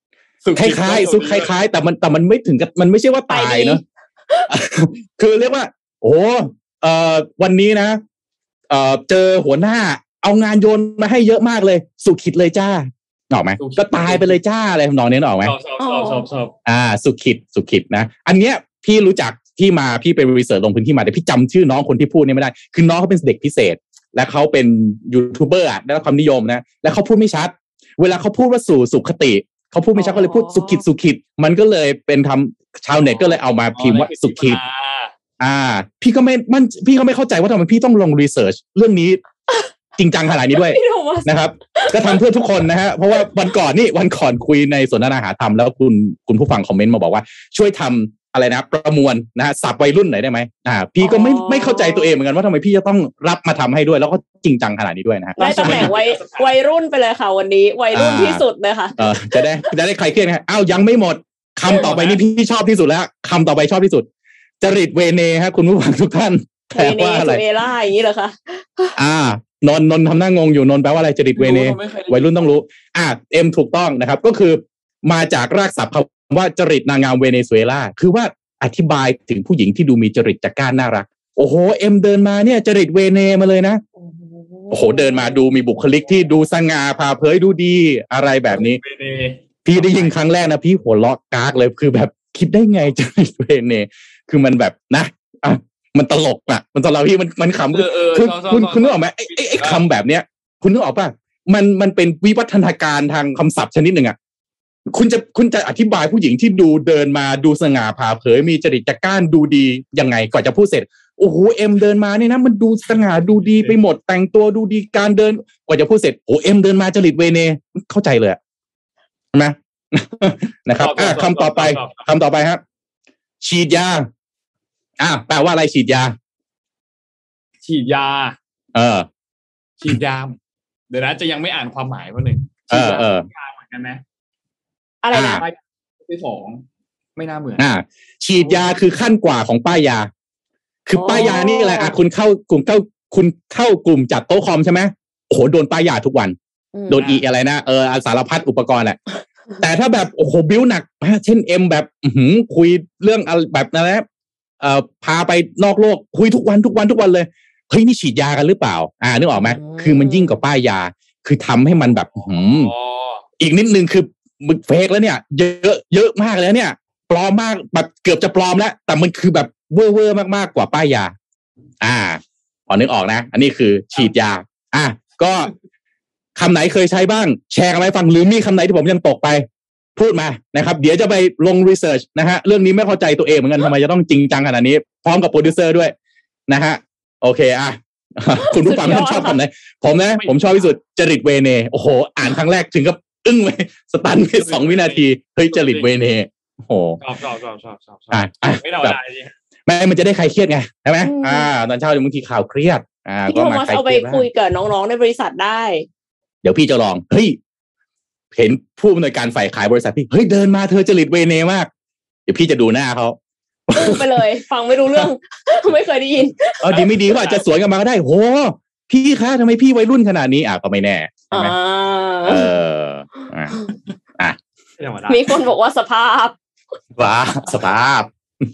คล้ายๆซุกคล้ายๆแต่มันแต่มันไม่ถึงกับมันไม่ใช่ว่าตายเนาะ คือเรียกว่าโอ้เอ่อวันนี้นะเอ่อเจอหัวหน้าเอางานโยนมาให้เยอะมากเลยสุขิตเลยจ้าออกไหมก็ตายไปเลยจ้าอะไรทำนองนี้ออกไหมชอบชอบชอบชอบอ่าสุขิตสุขิตนะอันเนี้ยพี่รู้จักที่มาพี่ไปรีเสิร์ชลงพื้นที่มาแต่พี่จำชื่อน้องคนที่พูดนี่ไม่ได้คือน้องเขาเป็นเด็กพิเศษและเขาเป็นยูทูบเบอร์อ่ะได้รับความนิยมนะและเขาพูดไม่ชัดเวลาเขาพูดว่าสู่สุขติเขาพูดไม่ชัดก็เลยพูดสุขิตสุขิตมันก็เลยเป็นคำชาวเน็ตก็เลยเอามาพิมพ์ว่าสุขิตอ่าพี่ก็ไม่มันพี่ก็ไม่เข้าใจว่าทำไมพี่ต้องลงรีเสิร์ชเรื่องนี้จริงจังขนาดนี้ด้วยนะครับก็ทำเพื่อทุกคนนะฮะเพราะว่าวันก่อนนี่วันก่อนคุยในสนทนาหาธรรมแล้วคุณคุณผู้ฟังคอมเมนต์มาบอกว่าช่วยทำอะไรนะประมวลนะฮะศัพท์วัยรุ่นหน่อยได้ไหมอ่าพี่ก็ไม่ไม่เข้าใจตัวเองเหมือนกันว่าทำไมพี่จะต้องรับมาทำให้ด้วยแล้วก็จริงจังขนาดนี้ด้วยนะได้ตำแหน่งวัยวัยรุ่นไปเลยค่ะวันนี้วัยรุ่นที่สุดเลยค่ะเออจะได้จะได้ใครเครียดนะอ้าวยังไม่หมดคำต่อไปนี่พี่ชอบที่สุดแล้วคำต่อไปชอบที่สุดจริตเวเนฮะคุณผู้ฟังทุกท่านแปลว่าอะไรเวล่าอย่างนี้เหรอคะอ่านนนนทำหน้างงอยู่นนแปลว่าอะไรจริตเวเนวัยรุ่นต้องรู้อ่าเอ็มถูกต้องนะครับก็คือมาจากรากศัพท์คำว่าจริตนางงามเวเนซุเอลาคือว่าอธิบายถึงผู้หญิงที่ดูมีจริตจักร้านน่ารักโอ้โหเอ็มเดินมาเนี่ยจริตเวเนมาเลยนะโอ้โหเดินมาดูมีบุคลิกที่ดูสง่าผ่าเผยดูดีอะไรแบบนี้พี่ได้ยินครั้งแรกนะพี่หัวเราะกากเลยคือแบบคิดได้ไงจริตเวเนคือมันแบบนะอ่ะมันตลกอ่ะมันตลกพี่มันมันขำคือคุณคุณนึกออกไหมไอ้ไอ้ไอ้คำแบบเนี้ยคุณนึกออกป่ะมันมันเป็นวิวัฒนาการทางคำศัพท์ชนิดหนึ่งอ่ะคุณจะคุณจะอธิบายผู้หญิงที่ดูเดินมาดูสง่าผ่าเผยมีจริตจักร้านดูดียังไงก่อนจะพูดเสร็จโอ้โหเอ็มเดินมาเนี่ยนะมันดูสง่าดูดีไปหมดแต่งตัวดูดีการเดินกว่าจะพูดเสร็จโอ้เอ็มเดินมาจริตเวเนเข้าใจเลยใช่ไหมนะครับอ่ะคำต่อไปคำต่อไปครับฉีดยาอ่ะแปลว่าอะไรฉีดยาฉีดยาเออฉีดยาเดี๋ยวนะจะยังไม่อ่านความหมายว่าหนึ่งเออเออเหมือนกันไหมอะไรนะที่สองไม่น่าเหมือนอ่าฉีดยาคือขั้นกว่าของป้ายยาคือป้ายยานี่แหละอ่ะคุณเข้ากลุ่มเข้าคุณเข้ากลุ่มจัดโต๊ะคอมใช่ไหมโอ้โหโดนป้ายยาทุกวันโดนอีอะไรนะเออสารพัดอุปกรณ์แหละแต่ถ้าแบบโอ้โหบิ้วหนักเช่นเอ็มแบบหืมคุยเรื่องแบบนั้นนะเอ่อพาไปนอกโลกคุยทุกวันทุกวันทุกวันเลยเฮ้ยนี่ฉีดยากันหรือเปล่าอ่านึกออกไหมคือมันยิ่งกว่าป้ายยาคือทำให้มันแบบหืมอีกนิดนึงคือมึงเฟกแล้วเนี่ยเยอะเยอะมากแล้วเนี่ยปลอมมากแบบเกือบจะปลอมแล้วแต่มันคือแบบเวอร์เวอร์มากๆกว่าป้ายยาอ่าพอนึกออกนะอันนี้คือฉีดยาอ่ะก็คำไหนเคยใช้บ้างแชร์กันไปฟังหรือมีคำไหนที่ผมยังตกไปพูดมานะครับเดี๋ยวจะไปลงรีเสิร์ชนะฮะเรื่องนี้ไม่เข้าใจตัวเองเหมือนกันทำไมจะต้องจริงจังขนาดนี้พร้อมกับโปรดิวเซอร์ด้วยนะฮะโอเคอ่ะคุณผู้ฟังท่านชอบคำไหนผมนะผมชอบที่สุดจริตเวเนโอ้โหอ่านครั้งแรกถึงกับอึ้งไปสตันไปสองวินาทีเฮ้ยจริตเวเนโอ้โหชอบชอบชอบชอบชอบอ่ะไม่ธรรมดาจริงไม่มันจะได้ใครเครียดไงใช่ไหมอ่าตอนเช้าบางทีข่าวเครียดอ่าก็มาเอาไปคุยกับน้องๆในบริษัทได้เดี๋ยวพี่จะลองเฮ้ยเห็นผู้อำนวยการฝ่ายขายบริษัทพี่เฮ้ยเดินมาเธอจริตเวเนมากเดี๋ยวพี่จะดูหน้าเขาไปเลยฟังไม่รู้เรื่องไม่เคยได้ยินเออดีไม่ดีก็อาจจะสวนกันมาก็ได้โหพี่คะทำไมพี่วัยรุ่นขนาดนี้อ่ะก็ไม่แน่ใช่ไหมเอออ่ะอ่ะมีคนบอกว่าสภาพว้าสภาพ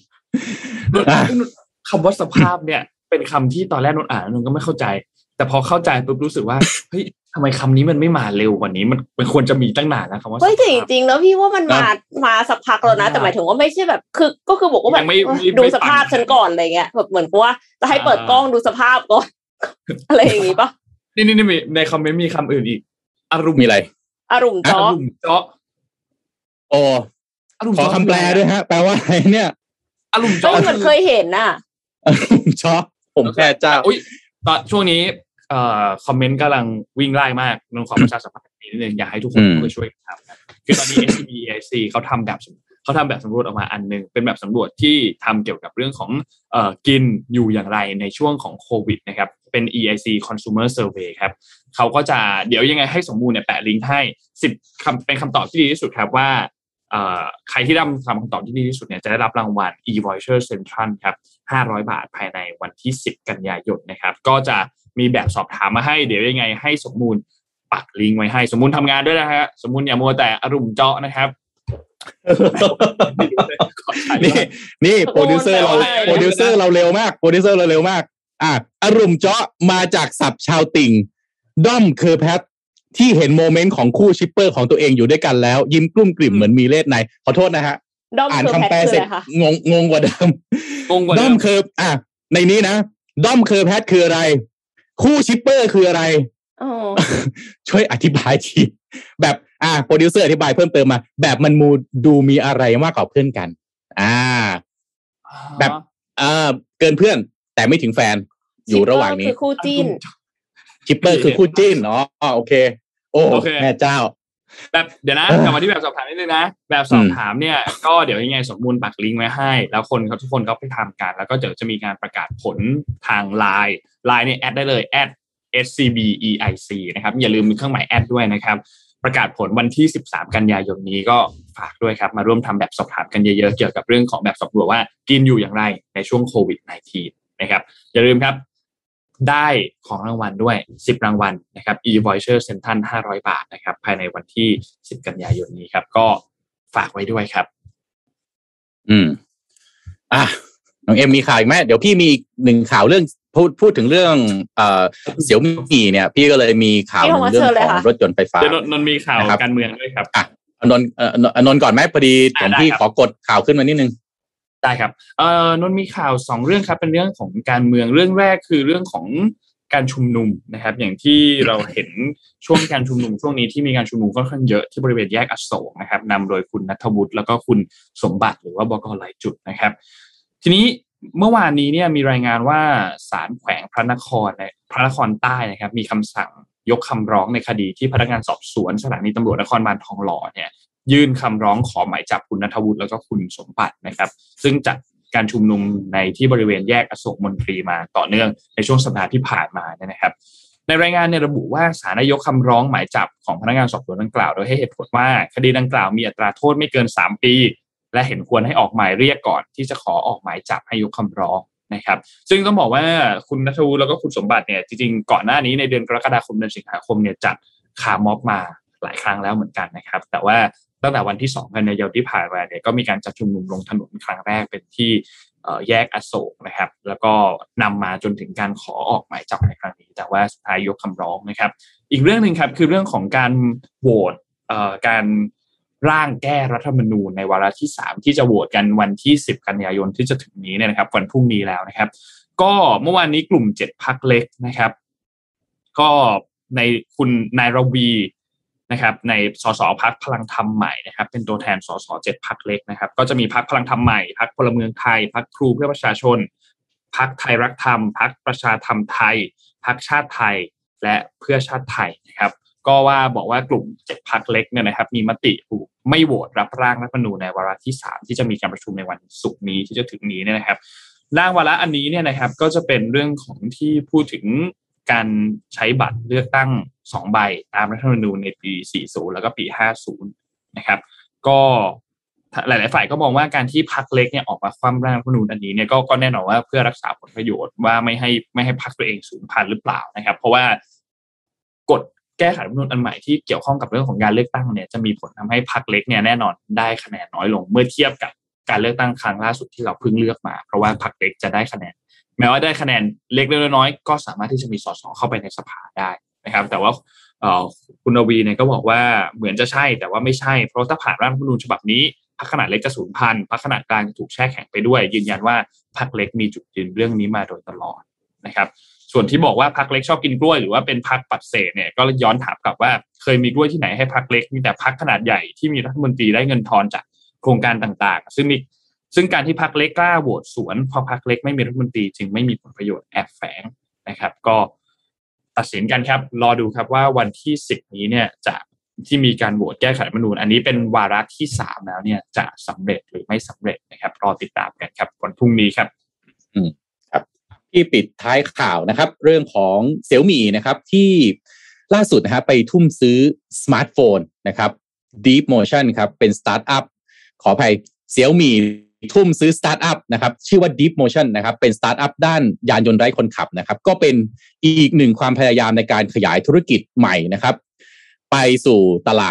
คำว่าสภาพเนี่ยเป็นคำที่ตอนแรกนนอ่านนนก็ไม่เข้าใจแต่พอเข้าใจปุ๊บรู้สึกว่าเฮ้ยทำไมคำนี้มันไม่มาเร็วกว่านี้มันมันควรจะมีตั้งนานแล้วคำว่าเฮ้ยจริงๆแล้วพี่ว่ามันมามาสักพักแล้วนะแต่หมายถึงว่าไม่ใช่แบบคือก็คือบอกว่าแบบดูสภาพฉันก่อนอะไรเงี้ยแบบเหมือนกับว่าจะให้เปิดกล้องดูสภาพก่อนอะไรอย่างงี้ป่ะนี่นี่มีในคอมเมนต์มีคำอื่นอีกอารมณ์มีอะไรอารมณ์เจาะเจาะโอ้ขอคำแปลด้วยฮะแปลว่าอะไรเนี่ยอารมณ์เจาะมันเคยเห็นน่ะอารมณ์เจาะผมแค่เจ้าอุ้ยตอนช่วงนี้เอ่อคอมเมนต์กำลังวิ่งไล่มากนนขอประชาสัมพันธ์นิดนึงอยากให้ทุกคนช่วยกันทำคือตอนนี้ เอส ซี บี อี ไอ ซี เขาทำแบบเขาทำแบบสำรวจออกมาอันนึงเป็นแบบสำรวจที่ทำเกี่ยวกับเรื่องของเอ่อกินอยู่อย่างไรในช่วงของโควิดนะครับเป็น อี ไอ ซี Consumer Survey ครับเขาก็จะเดี๋ยวยังไงให้สมมูลเนี่ยแปะลิงก์ให้สิบคำเป็นคำตอบที่ดีที่สุดครับว่าเอ่อใครที่ได้คำตอบที่ดีที่สุดเนี่ยจะได้รับรางวัล e-voucher Central ครับห้าร้อยบาทภายในวันที่สิบกันยายนนะครับก็จะมีแบบสอบถามมาให้เดี๋ยวยังไงให้สมมูลปักลิงก์ไว้ให้สมมูลทำงานด้วยนะฮะสมมูลอย่ามัวแต่อารมณ์เจาะนะครับนี่นี่โปรดิวเซอร์เราโปรดิวเซอร์เราเร็วมากโปรดิวเซอร์เราเร็วมากอ่ะอารมณ์เจาะมาจากศัพท์ชาวติ่งด้อมเคอร์แพทที่เห็นโมเมนต์ของคู่ชิปเปอร์ของตัวเองอยู่ด้วยกันแล้วยิ้มกลุ้มกลิ่มเหมือนมีเลสในขอโทษนะฮะอ่านคำแปลเสร็จงงงงกว่าเดิมด้อมเคอร์อ่ะในนี้นะด้อมเคอร์แพทคืออะไรคู่ชิปเปอร์คืออะไรช่วยอธิบายทีแบบอ่ะโปรดิวเซอร์อธิบายเพิ่มเติมมาแบบมันมูดูมีอะไรมากกว่าเพื่อนกันอ่าแบบอ่าเกินเพื่อนแต่ไม่ถึงแฟนอยู่ระหว่างนี้คือคู่จิ้นชิปเปอร์คือคู่จิ้นเนาะอ๋อโอเคโอ้แม่เจ้าแบบเดี๋ยวนะกลับมาที่แบบสอบถามนิดนึงนะแบบสอบถามเนี่ยก็เดี๋ยวยังไงสมมูลปักลิงก์ไว้ให้แล้วคนเขาทุกคนก็ไปทำกันแล้วก็เดี๋ยวจะมีการประกาศผลทาง ไลน์ ไลน์ เนี่ยแอดได้เลยแอด เอส ซี บี อี ไอ ซี นะครับอย่าลืมมีเครื่องหมายแอดด้วยนะครับประกาศผลวันที่สิบสามกันยายนนี้ก็ฝากด้วยครับมาร่วมทำแบบสอบถามกันเยอะๆเกี่ยวกับเรื่องของแบบสำรวจว่ากินอยู่อย่างไรในช่วงโควิด สิบเก้า นะครับอย่าลืมครับได้ของรางวัลด้วยสิบรางวัลนะครับ e-voucher Central ห้าร้อยบาทนะครับภายในวันที่สิบกันยายนนี้ครับก็ฝากไว้ด้วยครับอืมอ่ะน้องเอ็มมีข่าวอีกไหมเดี๋ยวพี่มีอีกหนึ่งข่าวเรื่องพูดพูดถึงเรื่องเอ่อเสี่ยวมี่เนี่ยพี่ก็เลยมีข่าวเรื่องของรถยนต์ไฟฟ้าเดี๋ยวนนมีข่าวการเมืองด้วยครับอ่ะนนเอ่อนนก่อนไหมพอดีผมพี่ขอกดข่าวขึ้นมานิดนึงได้ครับเอ่อนนมีข่าวสองเรื่องครับเป็นเรื่องของการเมืองเรื่องแรกคือเรื่องของการชุมนุมนะครับอย่างที่เราเห็นช่วงการชุมนุมช่วงนี้ที่มีการชุมนุมค่อนข้างเยอะที่บริเวณแยกอโศกนะครับนำโดยคุณณัฐวุฒิแล้วก็คุณสมบัติหรือว่าบก.หลายจุดนะครับทีนี้เมื่อวานนี้เนี่ยมีรายงานว่าศาลแขวงพระนครในพระนครใต้นะครับมีคำสั่งยกคำร้องในคดีที่พนักงานสอบสวนสถานีตำรวจนครบาลทองหล่อเนี่ยยื่นคำร้องขอหมายจับคุณณัฐวุฒิแล้วก็คุณสมบัตินะครับซึ่งจัดการชุมนุมในที่บริเวณแยกอโศกมนตรีมาต่อเนื่องในช่วงสัปดาห์ที่ผ่านมาเนี่ยนะครับในรายงานเนี่ยระบุว่าศาลได้ยกคำร้องหมายจับของพนักงานสอบสวนดังกล่าวโดยให้เหตุผลว่าคดีดังกล่าวมีอัตราโทษไม่เกินสามปีและเห็นควรให้ออกหมายเรียกก่อนที่จะขอออกหมายจับให้ยกคำร้องนะครับซึ่งต้องบอกว่าคุณณัฐวุฒิแล้วก็คุณสมบัติเนี่ยจริงๆก่อนหน้านี้ในเดือนกรกฎาคมเดือนสิงหาคมเนี่ยจัดคาร์ม็อบมาหลายครั้งแล้วเหมือนกันนะครับแต่ว่าตั้งแต่วันที่สองกันยายนที่ผ่านมาเนี่ยก็มีการจัดชุมนุมลงถนนครั้งแรกเป็นที่แยกอโศกนะครับแล้วก็นำมาจนถึงการขอออกหมายจับในครั้งนี้แต่ว่าสุดท้ายยกคำร้องนะครับอีกเรื่องนึงครับคือเรื่องของการโหวตการร่างแก้รัฐธรรมนูญในวาระที่สามที่จะโหวตกันวันที่สิบกันยายนที่จะถึงนี้เนี่ยนะครับวันพรุ่งนี้แล้วนะครับก็เมื่อวานนี้กลุ่มเจ็ดพรรคเล็กนะครับก็ในคุณนายรวีนะครับในสสพรรคพลังธรรมใหม่นะครับเป็นตัวแทนสสเจ็ดพรรคเล็กนะครับก็จะมีพรรคพลังธรรมใหม่พรรคพลเมืองไทยพรรคครูเพื่อประชาชนพรรคไทยรักธรรมพรรคประชาธรรมไทยพรรคชาติไทยและเพื่อชาติไทยนะครับก็ว่าบอกว่ากลุ่มเจ็ดพรรคเล็กเนี่ยนะครับมีมติไม่โหวตรับร่างรัฐธรรมนูญในวาระที่สามที่จะมีการประชุมในวันศุกร์นี้ที่จะถึงนี้เนี่ยนะครับร่างวาระอันนี้เนี่ยนะครับก็จะเป็นเรื่องของที่พูดถึงการใช้บัตรเลือกตั้งสองใบตามรัฐธรรมนูญในปีสี่สิบแล้วก็ปีห้าสิบนะครับก็หลายๆฝ่ายก็มองว่าการที่พรรคเล็กเนี่ยออกมาคว่ำร่างรัฐธรรมนูญอันนี้เนี่ยก็ก็แน่นอนว่าเพื่อรักษาผลประโยชน์ว่าไม่ให้ไม่ให้พรรคตัวเองสูญพันธุ์หรือเปล่านะครับเพราะว่ากฎแก้ไขรัฐธรรมนูญอันใหม่ที่เกี่ยวข้องกับเรื่องของการเลือกตั้งเนี่ยจะมีผลทำให้พรรคเล็กเนี่ยแน่นอนได้คะแนนน้อยลงเมื่อเทียบกับการเลือกตั้งครั้งล่าสุดที่เราเพิ่งเลือกมาเพราะว่าพรรคเล็กจะได้คะแนนแม้ว่าได้คะแนนเล็กน้อยๆก็สามารถที่จะมีสสเข้าไปในสภาได้นะครับแต่ว่าคุณนวีเนี่ยก็บอกว่าเหมือนจะใช่แต่ว่าไม่ใช่เพราะถ้าผ่านร่างรัฐธรรมนูญฉบับนี้พรรคขนาดเล็กจะสูญพันธุ์พรรคขนาดกลางจะถูกแช่แข็งไปด้วยยืนยันว่าพรรคเล็กมีจุดยืนเรื่องนี้มาโดยตลอดนะครับส่วนที่บอกว่าพรรคเล็กชอบกินกล้วยหรือว่าเป็นพรรคปัดเศษเนี่ยก็ย้อนถามกลับว่าเคยมีกล้วยที่ไหนให้พรรคเล็กมีแต่พรรคขนาดใหญ่ที่มีรัฐมนตรีได้เงินทอนจากโครงการต่างๆซึ่งมีซึ่งการที่พรรคเล็กกล้าโหวตสวนพอพรรคเล็กไม่มีรัฐมนตรีจึงไม่มีผลประโยชน์แอบแฝงนะครับก็ตัดสินกันครับรอดูครับว่าวันที่สิบนี้เนี่ยจะที่มีการโหวตแก้ไขรัฐธรรมนูญอันนี้เป็นวาระที่สามแล้วเนี่ยจะสำเร็จหรือไม่สำเร็จนะครับรอติดตามกันครับวันพรุ่งนี้ครับอืมครับที่ปิดท้ายข่าวนะครับเรื่องของเสี่ยวมี่นะครับที่ล่าสุดนะฮะไปทุ่มซื้อสมาร์ทโฟนนะครับ Deep Motion ครับเป็นสตาร์ทอัพขออภัยเสี่ยวมี่ทุ่มซื้อสตาร์ทอัพนะครับชื่อว่า Deep Motion นะครับเป็นสตาร์ทอัพด้านยานยนต์ไร้คนขับนะครับก็เป็นอีกหนึ่งความพยายามในการขยายธุรกิจใหม่นะครับไปสู่ตลาด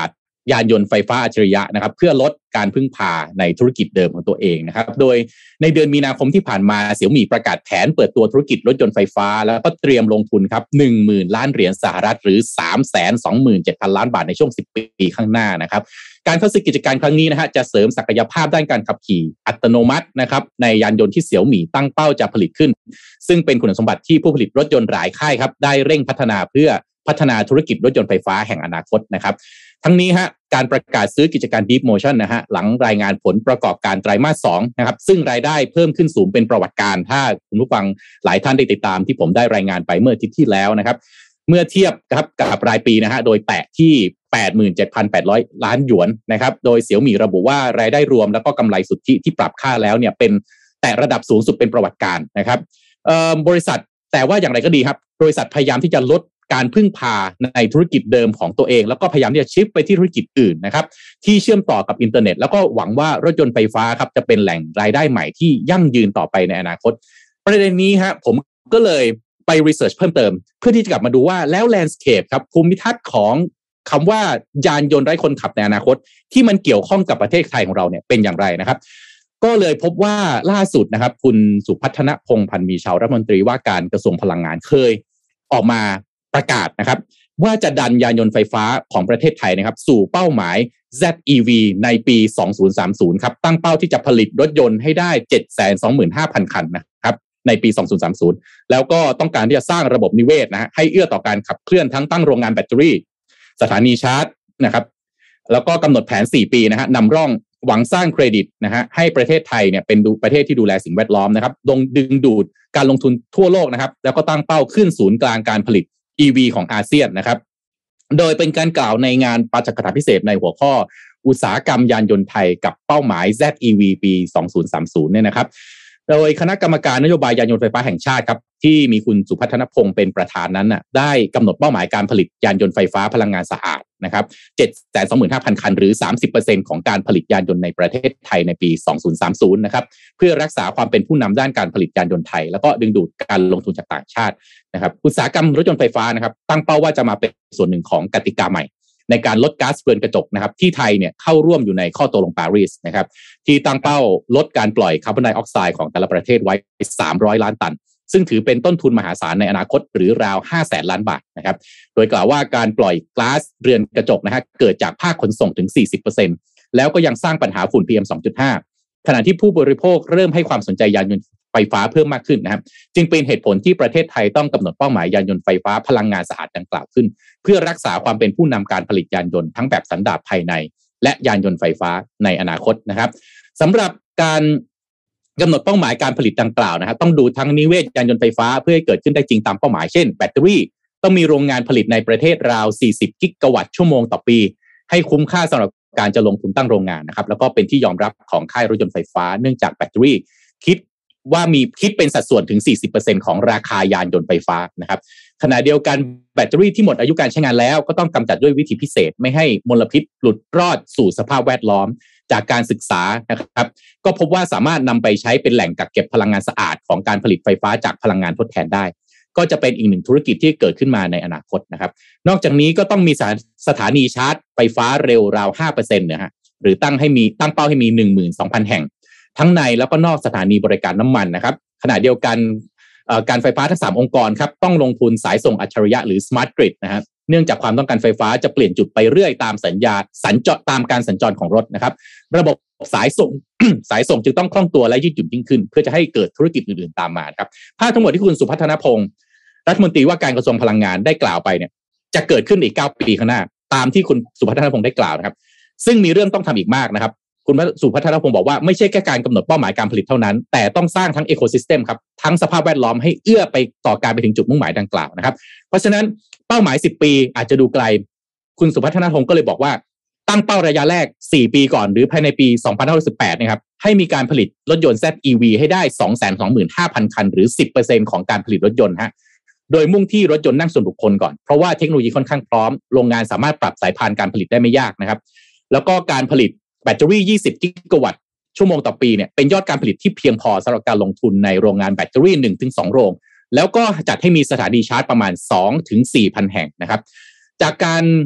ยานยนต์ไฟฟ้าอัจฉริยะนะครับเพื่อลดการพึ่งพาในธุรกิจเดิมของตัวเองนะครับโดยในเดือนมีนาคมที่ผ่านมาเสี่ยวหมี่ประกาศแผนเปิดตัวธุรกิจรถยนต์ไฟฟ้าแล้วก็เตรียมลงทุนครับ หนึ่งหมื่น ล้านเหรียญสหรัฐหรือ สามแสนสองหมื่นเจ็ดพัน ล้านบาทในช่วงสิบปีข้างหน้านะครับการเข้าซื้อกิจการครั้งนี้นะฮะจะเสริมศักยภาพด้านการขับขี่อัตโนมัตินะครับในยานยนต์ที่เสี่ยวหมี่ตั้งเป้าจะผลิตขึ้นซึ่งเป็นคุณสมบัติที่ผู้ผลิตรถยนต์หลายค่ายครับได้เร่งพัฒนาเพื่อพัฒนาธุรกิจรถยนต์ไฟฟ้าแห่งอนาคตนะครับทั้งนี้ฮะการประกาศซื้อกิจการ Deep Motion นะฮะหลังรายงานผลประกอบการไตรมาสสองนะครับซึ่งรายได้เพิ่มขึ้นสูงเป็นประวัติการถ้าคุณผู้ฟังหลายท่านได้ติดตามที่ผมได้รายงานไปเมื่ออาทิตย์ที่แล้วนะครับเมื่อเทียบครับกับรายปีนะฮะโดยแตะที่ แปดหมื่นเจ็ดพันแปดร้อย ล้านหยวนนะครับโดยเสี่ยวหมี่ระบุว่ารายได้รวมแล้วก็กำไรสุทธิที่ปรับค่าแล้วเนี่ยเป็นแตะระดับสูงสุดเป็นประวัติการนะครับเอ่อบริษัทแต่ว่าอย่างไรก็ดีครับบริษัทพยายามที่จะลดการพึ่งพาในธุรกิจเดิมของตัวเองแล้วก็พยายามที่จะชิฟไปที่ธุรกิจอื่นนะครับที่เชื่อมต่อกับอินเทอร์เน็ตแล้วก็หวังว่ารถยนต์ไฟฟ้าครับจะเป็นแหล่งรายได้ใหม่ที่ยั่งยืนต่อไปในอนาคตประเด็นนี้ฮะผมก็เลยไปรีเสิร์ชเพิ่มเติมเพื่อที่จะกลับมาดูว่าแล้วแลนด์สเคปครับภูมิทัศน์ของคำว่ายานยนต์ไร้คนขับในอนาคตที่มันเกี่ยวข้องกับประเทศไทยของเราเนี่ยเป็นอย่างไรนะครับก็เลยพบว่าล่าสุดนะครับคุณสุพัฒนพงษ์พันธ์มีชาวรัฐมนตรีว่าการกระทรวงพลังงานเคยออกมาประกาศนะครับว่าจะดันยานยนต์ไฟฟ้าของประเทศไทยนะครับสู่เป้าหมาย แซด อี วี ในปีสองพันสามสิบครับตั้งเป้าที่จะผลิตรถยนต์ให้ได้ เจ็ดแสนสองหมื่นห้าพัน คันนะครับในปีสองพันสามสิบแล้วก็ต้องการที่จะสร้างระบบนิเวศนะฮะให้เอื้อต่อการขับเคลื่อนทั้งตั้งโรงงานแบตเตอรี่สถานีชาร์จนะครับแล้วก็กำหนดแผนสี่ปีนะฮะนำร่องหวังสร้างเครดิตนะฮะให้ประเทศไทยเนี่ยเป็นประเทศที่ดูแลสิ่งแวดล้อมนะครับดงดึงดูดการลงทุนทั่วโลกนะครับแล้วก็ตั้งเป้าขึ้นศูนย์กลางการผลิต อี วี ของอาเซียนนะครับโดยเป็นการกล่าวในงานปาฐกถาพิเศษในหัวข้ออุตสาหกรรมยานยนต์ไทยกับเป้าหมาย แซด อี วี ปีสองพันสามสิบเนี่ยนะครับโดยคณะกรรมการนโยบายยานยนต์ไฟฟ้าแห่งชาติครับที่มีคุณสุพัฒนพงษ์เป็นประธานนั้นน่ะได้กำหนดเป้าหมายการผลิตยานยนต์ไฟฟ้าพลังงานสะอาดนะครับ เจ็ดแสนสองหมื่นห้าพัน คันหรือ สามสิบเปอร์เซ็นต์ ของการผลิตยานยนต์ในประเทศไทยในปีสองพันสามสิบนะครับเพื่อรักษาความเป็นผู้นำด้านการผลิตยานยนต์ไทยแล้วก็ดึงดูดการลงทุนจากต่างชาตินะครับอุตสาหกรรมรถยนต์ไฟฟ้านะครับตั้งเป้าว่าจะมาเป็นส่วนหนึ่งของกติกาใหม่ในการลดก๊าซเรือนกระจกนะครับที่ไทยเนี่ยเข้าร่วมอยู่ในข้อตกลงปารีสนะครับที่ตั้งเป้าลดการปล่อยคาร์บอนไดออกไซด์ของแต่ละประเทศไว้สามร้อยล้านตันซึ่งถือเป็นต้นทุนมหาศาลในอนาคตหรือราวห้าแสนล้านบาทนะครับโดยกล่าวว่าการปล่อยก๊าซเรือนกระจกนะฮะเกิดจากภาคขนส่งถึง สี่สิบเปอร์เซ็นต์ แล้วก็ยังสร้างปัญหาฝุ่น พี เอ็ม สองจุดห้า ขณะที่ผู้บริโภคเริ่มให้ความสนใจยานยนต์ไฟฟ้าเพิ่มมากขึ้นนะครับจึงเป็นเหตุผลที่ประเทศไทยต้องกำหนดเป้าหมายยานยนต์ไฟฟ้าพลังงานสะอาดดังกล่าวขึ้นเพื่อรักษาความเป็นผู้นำการผลิตยานยนต์ทั้งแบบสันดาปภายในและยานยนต์ไฟฟ้าในอนาคตนะครับสำหรับการกำหนดเป้าหมายการผลิตดังกล่าวนะครับต้องดูทั้งนิเวศยานยนต์ไฟฟ้าเพื่อให้เกิดขึ้นได้จริงตามเป้าหมายเช่นแบตเตอรี่ต้องมีโรงงานผลิตในประเทศราวสี่สิบกิกะวัตต์ชั่วโมงต่อปีให้คุ้มค่าสำหรับการจะลงทุนตั้งโรงงานนะครับแล้วก็เป็นที่ยอมรับของค่ายรถยนต์ไฟฟ้าเนื่องจากแบตเตอรี่คิดว่ามีคิดเป็นสัดส่วนถึง สี่สิบเปอร์เซ็นต์ ของราคายานยนต์ไฟฟ้านะครับขณะเดียวกันแบตเตอรี่ที่หมดอายุการใช้งานแล้วก็ต้องกำจัดด้วยวิธีพิเศษไม่ให้มลพิษหลุดรอดสู่สภาพแวดล้อมจากการศึกษานะครับก็พบว่าสามารถนำไปใช้เป็นแหล่งกักเก็บพลังงานสะอาดของการผลิตไฟฟ้าจากพลังงานทดแทนได้ก็จะเป็นอีกหนึ่งธุรกิจที่เกิดขึ้นมาในอนาคตนะครับนอกจากนี้ก็ต้องมีสถานีชาร์จไฟฟ้าเร็วราว ห้าเปอร์เซ็นต์ เนี่ยฮะหรือตั้งให้มีตั้งเป้าให้มี หนึ่งหมื่นสองพัน แห่งทั้งในแล้วก็นอกสถานีบริการน้ำมันนะครับขณะเดียวกันการไฟฟ้าทั้งสามองค์กรครับต้องลงทุนสายส่งอัจฉริยะหรือ Smart Grid นะครับเนื่องจากความต้องการไฟฟ้าจะเปลี่ยนจุดไปเรื่อยตามสัญญาสัญจรตามการสัญจรของรถนะครับระบบสายส่ง สายส่งจึงต้องคล่องตัวและยืดหยุ่นยิ่งขึ้นเพื่อจะให้เกิดธุรกิจอื่นๆตามมาครับภาพทั้งหมดที่คุณสุพัฒนพงษ์รัฐมนตรีว่าการกระทรวงพลังงานได้กล่าวไปเนี่ยจะเกิดขึ้นอีกเก้าปีข้างหน้าตามที่คุณสุพัฒนพงษ์ได้กล่าวนะครับซึ่งมีเรื่องต้องทำอีกมากนะครับคุณสุพัฒนพงษ์บอกว่าไม่ใช่แค่การกำหนดเป้าหมายการผลิตเท่านั้นแต่ต้องสร้างทั้งอีโคซิสเต็มครับทั้งสภาพแวดล้อมให้เอื้อไปต่อการไปถึงจุดมุ่งหมายดังกล่าวนะครับเพราะฉะนั้นเป้าหมายสิบปีอาจจะดูไกลคุณสุพัฒนพงษ์ก็เลยบอกว่าตั้งเป้าระยะแรกสี่ปีก่อนหรือภายในปีสองพันห้าร้อยสิบแปดนะครับให้มีการผลิตรถยนต์ แซด อี วี ให้ได้ สองแสนสองหมื่นห้าพัน คันหรือ สิบเปอร์เซ็นต์ ของการผลิตรถยนต์ฮะโดยมุ่งที่รถยนต์นั่งส่วนบุคคลก่อนเพราะว่าเทคโนโลยีค่อนข้างพร้อมโรงงานสามารถปรับสายพานการผลิตได้ไม่ยากนะครับแล้วก็การผลิตแบตเตอรี่ยี่สิบกิกะวัตต์ชั่วโมงต่อปีเนี่ยเป็นยอดการผลิตที่เพียงพอสำหรับการลงทุนในโรงงานแบตเตอรี่ หนึ่งถึงสอง โรงแล้วก็จัดให้มีสถานีชาร์จประมาณ สองถึงสี่พัน แห่งนะครับจากการ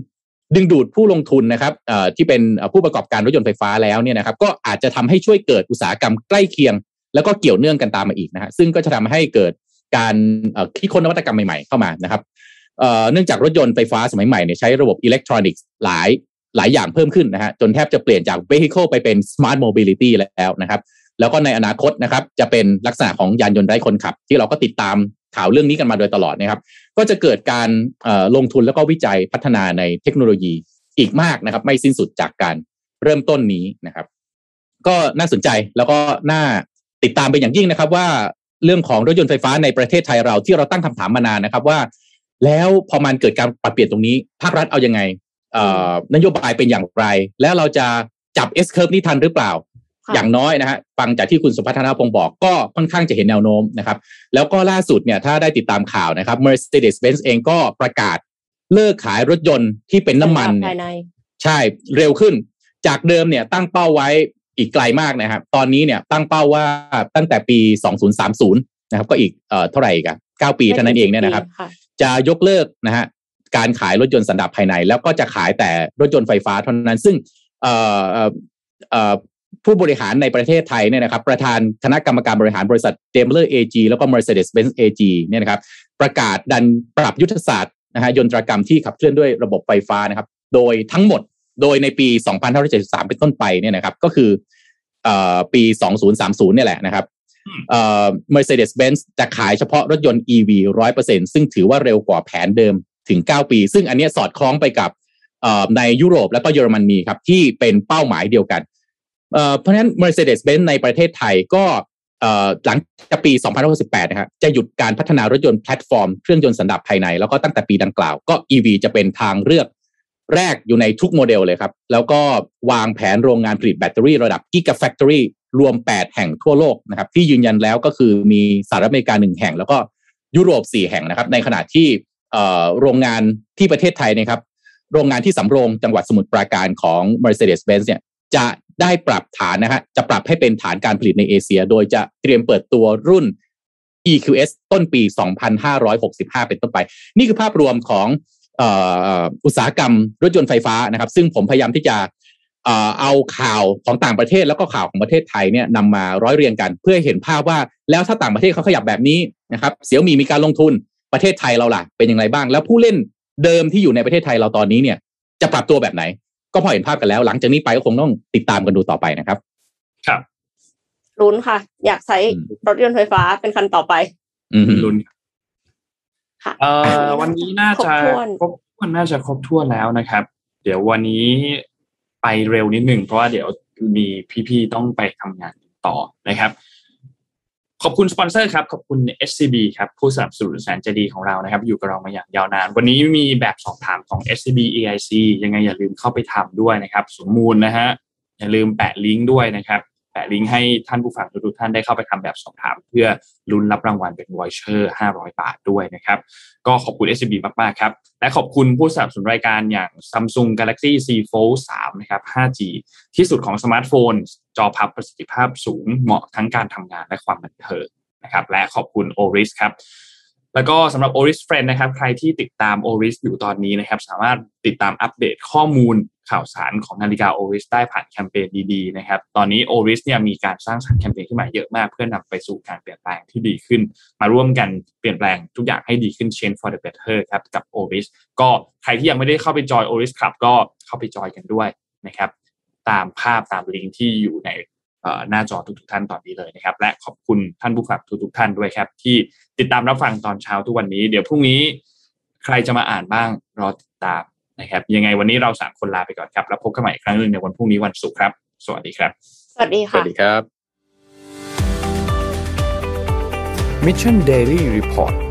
ดึงดูดผู้ลงทุนนะครับที่เป็นผู้ประกอบการรถยนต์ไฟฟ้าแล้วเนี่ยนะครับก็อาจจะทำให้ช่วยเกิดอุตสาหกรรมใกล้เคียงแล้วก็เกี่ยวเนื่องกันตามมาอีกนะฮะซึ่งก็จะทำให้เกิดการคิดค้นนวัตกรรมใหม่ๆเข้ามานะครับเนื่องจากรถยนต์ไฟฟ้าสมัยใหม่เนี่ยใช้ระบบอิเล็กทรอนิกส์หลายหลายอย่างเพิ่มขึ้นนะฮะจนแทบจะเปลี่ยนจาก vehicle ไปเป็น smart mobility แล้วนะครับแล้วก็ในอนาคตนะครับจะเป็นลักษณะของยานยนต์ไร้คนขับที่เราก็ติดตามข่าวเรื่องนี้กันมาโดยตลอดนะครับก็จะเกิดการลงทุนแล้วก็วิจัยพัฒนาในเทคโนโลยีอีกมากนะครับไม่สิ้นสุดจากการเริ่มต้นนี้นะครับก็น่าสนใจแล้วก็น่าติดตามเป็นอย่างยิ่งนะครับว่าเรื่องของรถยนต์ไฟฟ้าในประเทศไทยเราที่เราตั้งคำถามมานานนะครับว่าแล้วพอมันเกิดการปรับเปลี่ยนตรงนี้ภาครัฐเอายังไงนโยบายเป็นอย่างไรแล้วเราจะจับ S curve นี้ทันหรือเปล่าอย่างน้อยนะฮะฟังจากที่คุณสุพัฒนาพงศ์บอกก็ค่อนข้างจะเห็นแนวโน้มนะครับแล้วก็ล่าสุดเนี่ยถ้าได้ติดตามข่าวนะครับ Mercedes-Benz เองก็ประกาศเลิกขายรถยนต์ที่เป็นน้ำมันใช่เร็วขึ้นจากเดิมเนี่ยตั้งเป้าไว้อีกไกลมากนะครับตอนนี้เนี่ยตั้งเป้าว่าตั้งแต่ปีสองพันสามสิบนะครับก็อีกเอ่อเท่าไหร่อีกอ่ะเก้าปีเท่านั้นเองเนี่ยนะครับจะยกเลิกนะฮะการขายรถยนต์สันดาปภายในแล้วก็จะขายแต่รถยนต์ไฟฟ้าเท่านั้นซึ่งเอ่อเอ่อเอ่อผู้บริหารในประเทศไทยเนี่ยนะครับประธานคณะกรรมการบริหารบริษัท Daimler เอ จี แล้วก็ Mercedes-Benz เอ จี เนี่ยนะครับประกาศดันปรับยุทธศาสตร์นะฮะยนตรกรรมที่ขับเคลื่อนด้วยระบบไฟฟ้านะครับโดยทั้งหมดโดยในปีสองพันห้าร้อยเจ็ดสิบสามเป็นต้นไปเนี่ยนะครับก็คือเอ่อปีสองพันสามสิบเนี่ยแหละนะครับเอ่อ Mercedes-Benz จะขายเฉพาะรถยนต์ อี วี หนึ่งร้อยเปอร์เซ็นต์ ซึ่งถือว่าเร็วกว่าแผนเดิมถึงเก้าปีซึ่งอันนี้สอดคล้องไปกับเอ่อในยุโรปและก็เยอรมนีครับที่เป็นเป้าหมายเดียวกันเอ่อเพราะฉะนั้น Mercedes-Benz ในประเทศไทยก็เอ่อหลังจากปีสองพันห้าร้อยสิบแปดนะครับจะหยุดการพัฒนารถยนต์แพลตฟอร์มเครื่องยนต์สันดาปภายในแล้วก็ตั้งแต่ปีดังกล่าวก็ อี วี จะเป็นทางเลือกแรกอยู่ในทุกโมเดลเลยครับแล้วก็วางแผนโรงงานผลิตแบตเตอรี่ระดับ Gigafactory รวมแปดแห่งทั่วโลกนะครับที่ยืนยันแล้วก็คือมีสหรัฐอเมริกาหนึ่งแห่งแล้วก็ยุโรปสี่แห่งนะครับในขณะที่เอ่อโรงงานที่ประเทศไทยนะครับโรงงานที่สำโรงจังหวัดสมุทรปราการของ Mercedes-Benz เนี่ยจะได้ปรับฐานนะฮะจะปรับให้เป็นฐานการผลิตในเอเชียโดยจะเตรียมเปิดตัวรุ่น อี คิว เอส ต้นปีสองพันห้าร้อยหกสิบห้าเป็นต้นไปนี่คือภาพรวมของเอ่ออุตสาหกรรมรถยนต์ไฟฟ้านะครับซึ่งผมพยายามที่จะเอ่อเอาข่าวของต่างประเทศแล้วก็ข่าวของประเทศไทยเนี่ยนำมาร้อยเรียงกันเพื่อเห็นภาพว่าแล้วถ้าต่างประเทศเขาขยับแบบนี้นะครับเสี่ยวมี่มีการลงทุนประเทศไทยเราล่ะเป็นอย่างไรบ้างแล้วผู้เล่นเดิมที่อยู่ในประเทศไทยเราตอนนี้เนี่ยจะปรับตัวแบบไหนก็พอเห็นภาพกันแล้วหลังจากนี้ไปก็คงต้องติดตามกันดูต่อไปนะครับครับลุ้นค่ะอยากใช้รถยนต์ไฟฟ้าเป็นคันต่อไปลุ้นค่ะเอ่อวันนี้น่าจะครบถ้วนน่าจะครบถ้วนแล้วนะครับเดี๋ยววันนี้ไปเร็วนิดนึงเพราะว่าเดี๋ยวมีพี่ๆต้องไปทำงานต่อนะครับขอบคุณสปอนเซอร์ครับขอบคุณ เอส ซี บี ครับผู้สนับสนุนแสนใจดีของเรานะครับอยู่กับเรามาอย่างยาวนานวันนี้มีแบบสอบถามของ เอส ซี บี เอ ไอ ซี ยังไงอย่าลืมเข้าไปทำด้วยนะครับสมมูลนะฮะอย่าลืมแปะลิงก์ด้วยนะครับแปะลิงก์ให้ท่านผู้ฟังทุกท่านได้เข้าไปทำแบบสอบถามเพื่อลุ้นรับรางวัลเป็นวอยเชอร์ห้าร้อยบาทด้วยนะครับก็ขอบคุณ เอส ซี บี มากๆครับและขอบคุณผู้สนับสนุนรายการอย่าง Samsung Galaxy Z Fold สามนะครับ ห้าจี ที่สุดของสมาร์ทโฟนจอพับประสิทธิภาพสูงเหมาะทั้งการทำงานและความบันเทิงนะครับและขอบคุณ Oris ครับแล้วก็สำหรับ Oris Friend นะครับใครที่ติดตาม Oris อยู่ตอนนี้นะครับสามารถติดตามอัปเดตข้อมูลข่าวสารของนาฬิกา Oris ได้ผ่านแคมเปญดีๆนะครับตอนนี้ Oris เนี่ยมีการสร้างสรรค์แคมเปญขึ้นมาเยอะมากเพื่อนำไปสู่การเปลี่ยนแปลงที่ดีขึ้นมาร่วมกันเปลี่ยนแปลงทุกอย่างให้ดีขึ้น Change for the better ครับกับ Oris ก็ใครที่ยังไม่ได้เข้าไปจอย Oris Club ก็เข้าไปจอยกันด้วยนะครับตามภาพตามลิงก์ที่อยู่ในหน้าจอทุกๆท่านตอนนี้เลยนะครับและขอบคุณท่านผู้ฟังทุกๆท่านด้วยครับที่ติดตามรับฟังตอนเช้าทุกวันนี้เดี๋ยวพรุ่งนี้ใครจะมาอ่านบ้างรอติดตามนะครับยังไงวันนี้เราสามคนลาไปก่อนครับแล้วพบกันใหม่อีกครั้งนึงในวันพรุ่งนี้วันศุกร์ครับสวัสดีครับสวัสดีค่ะสวัสดีครับ Mission Daily Report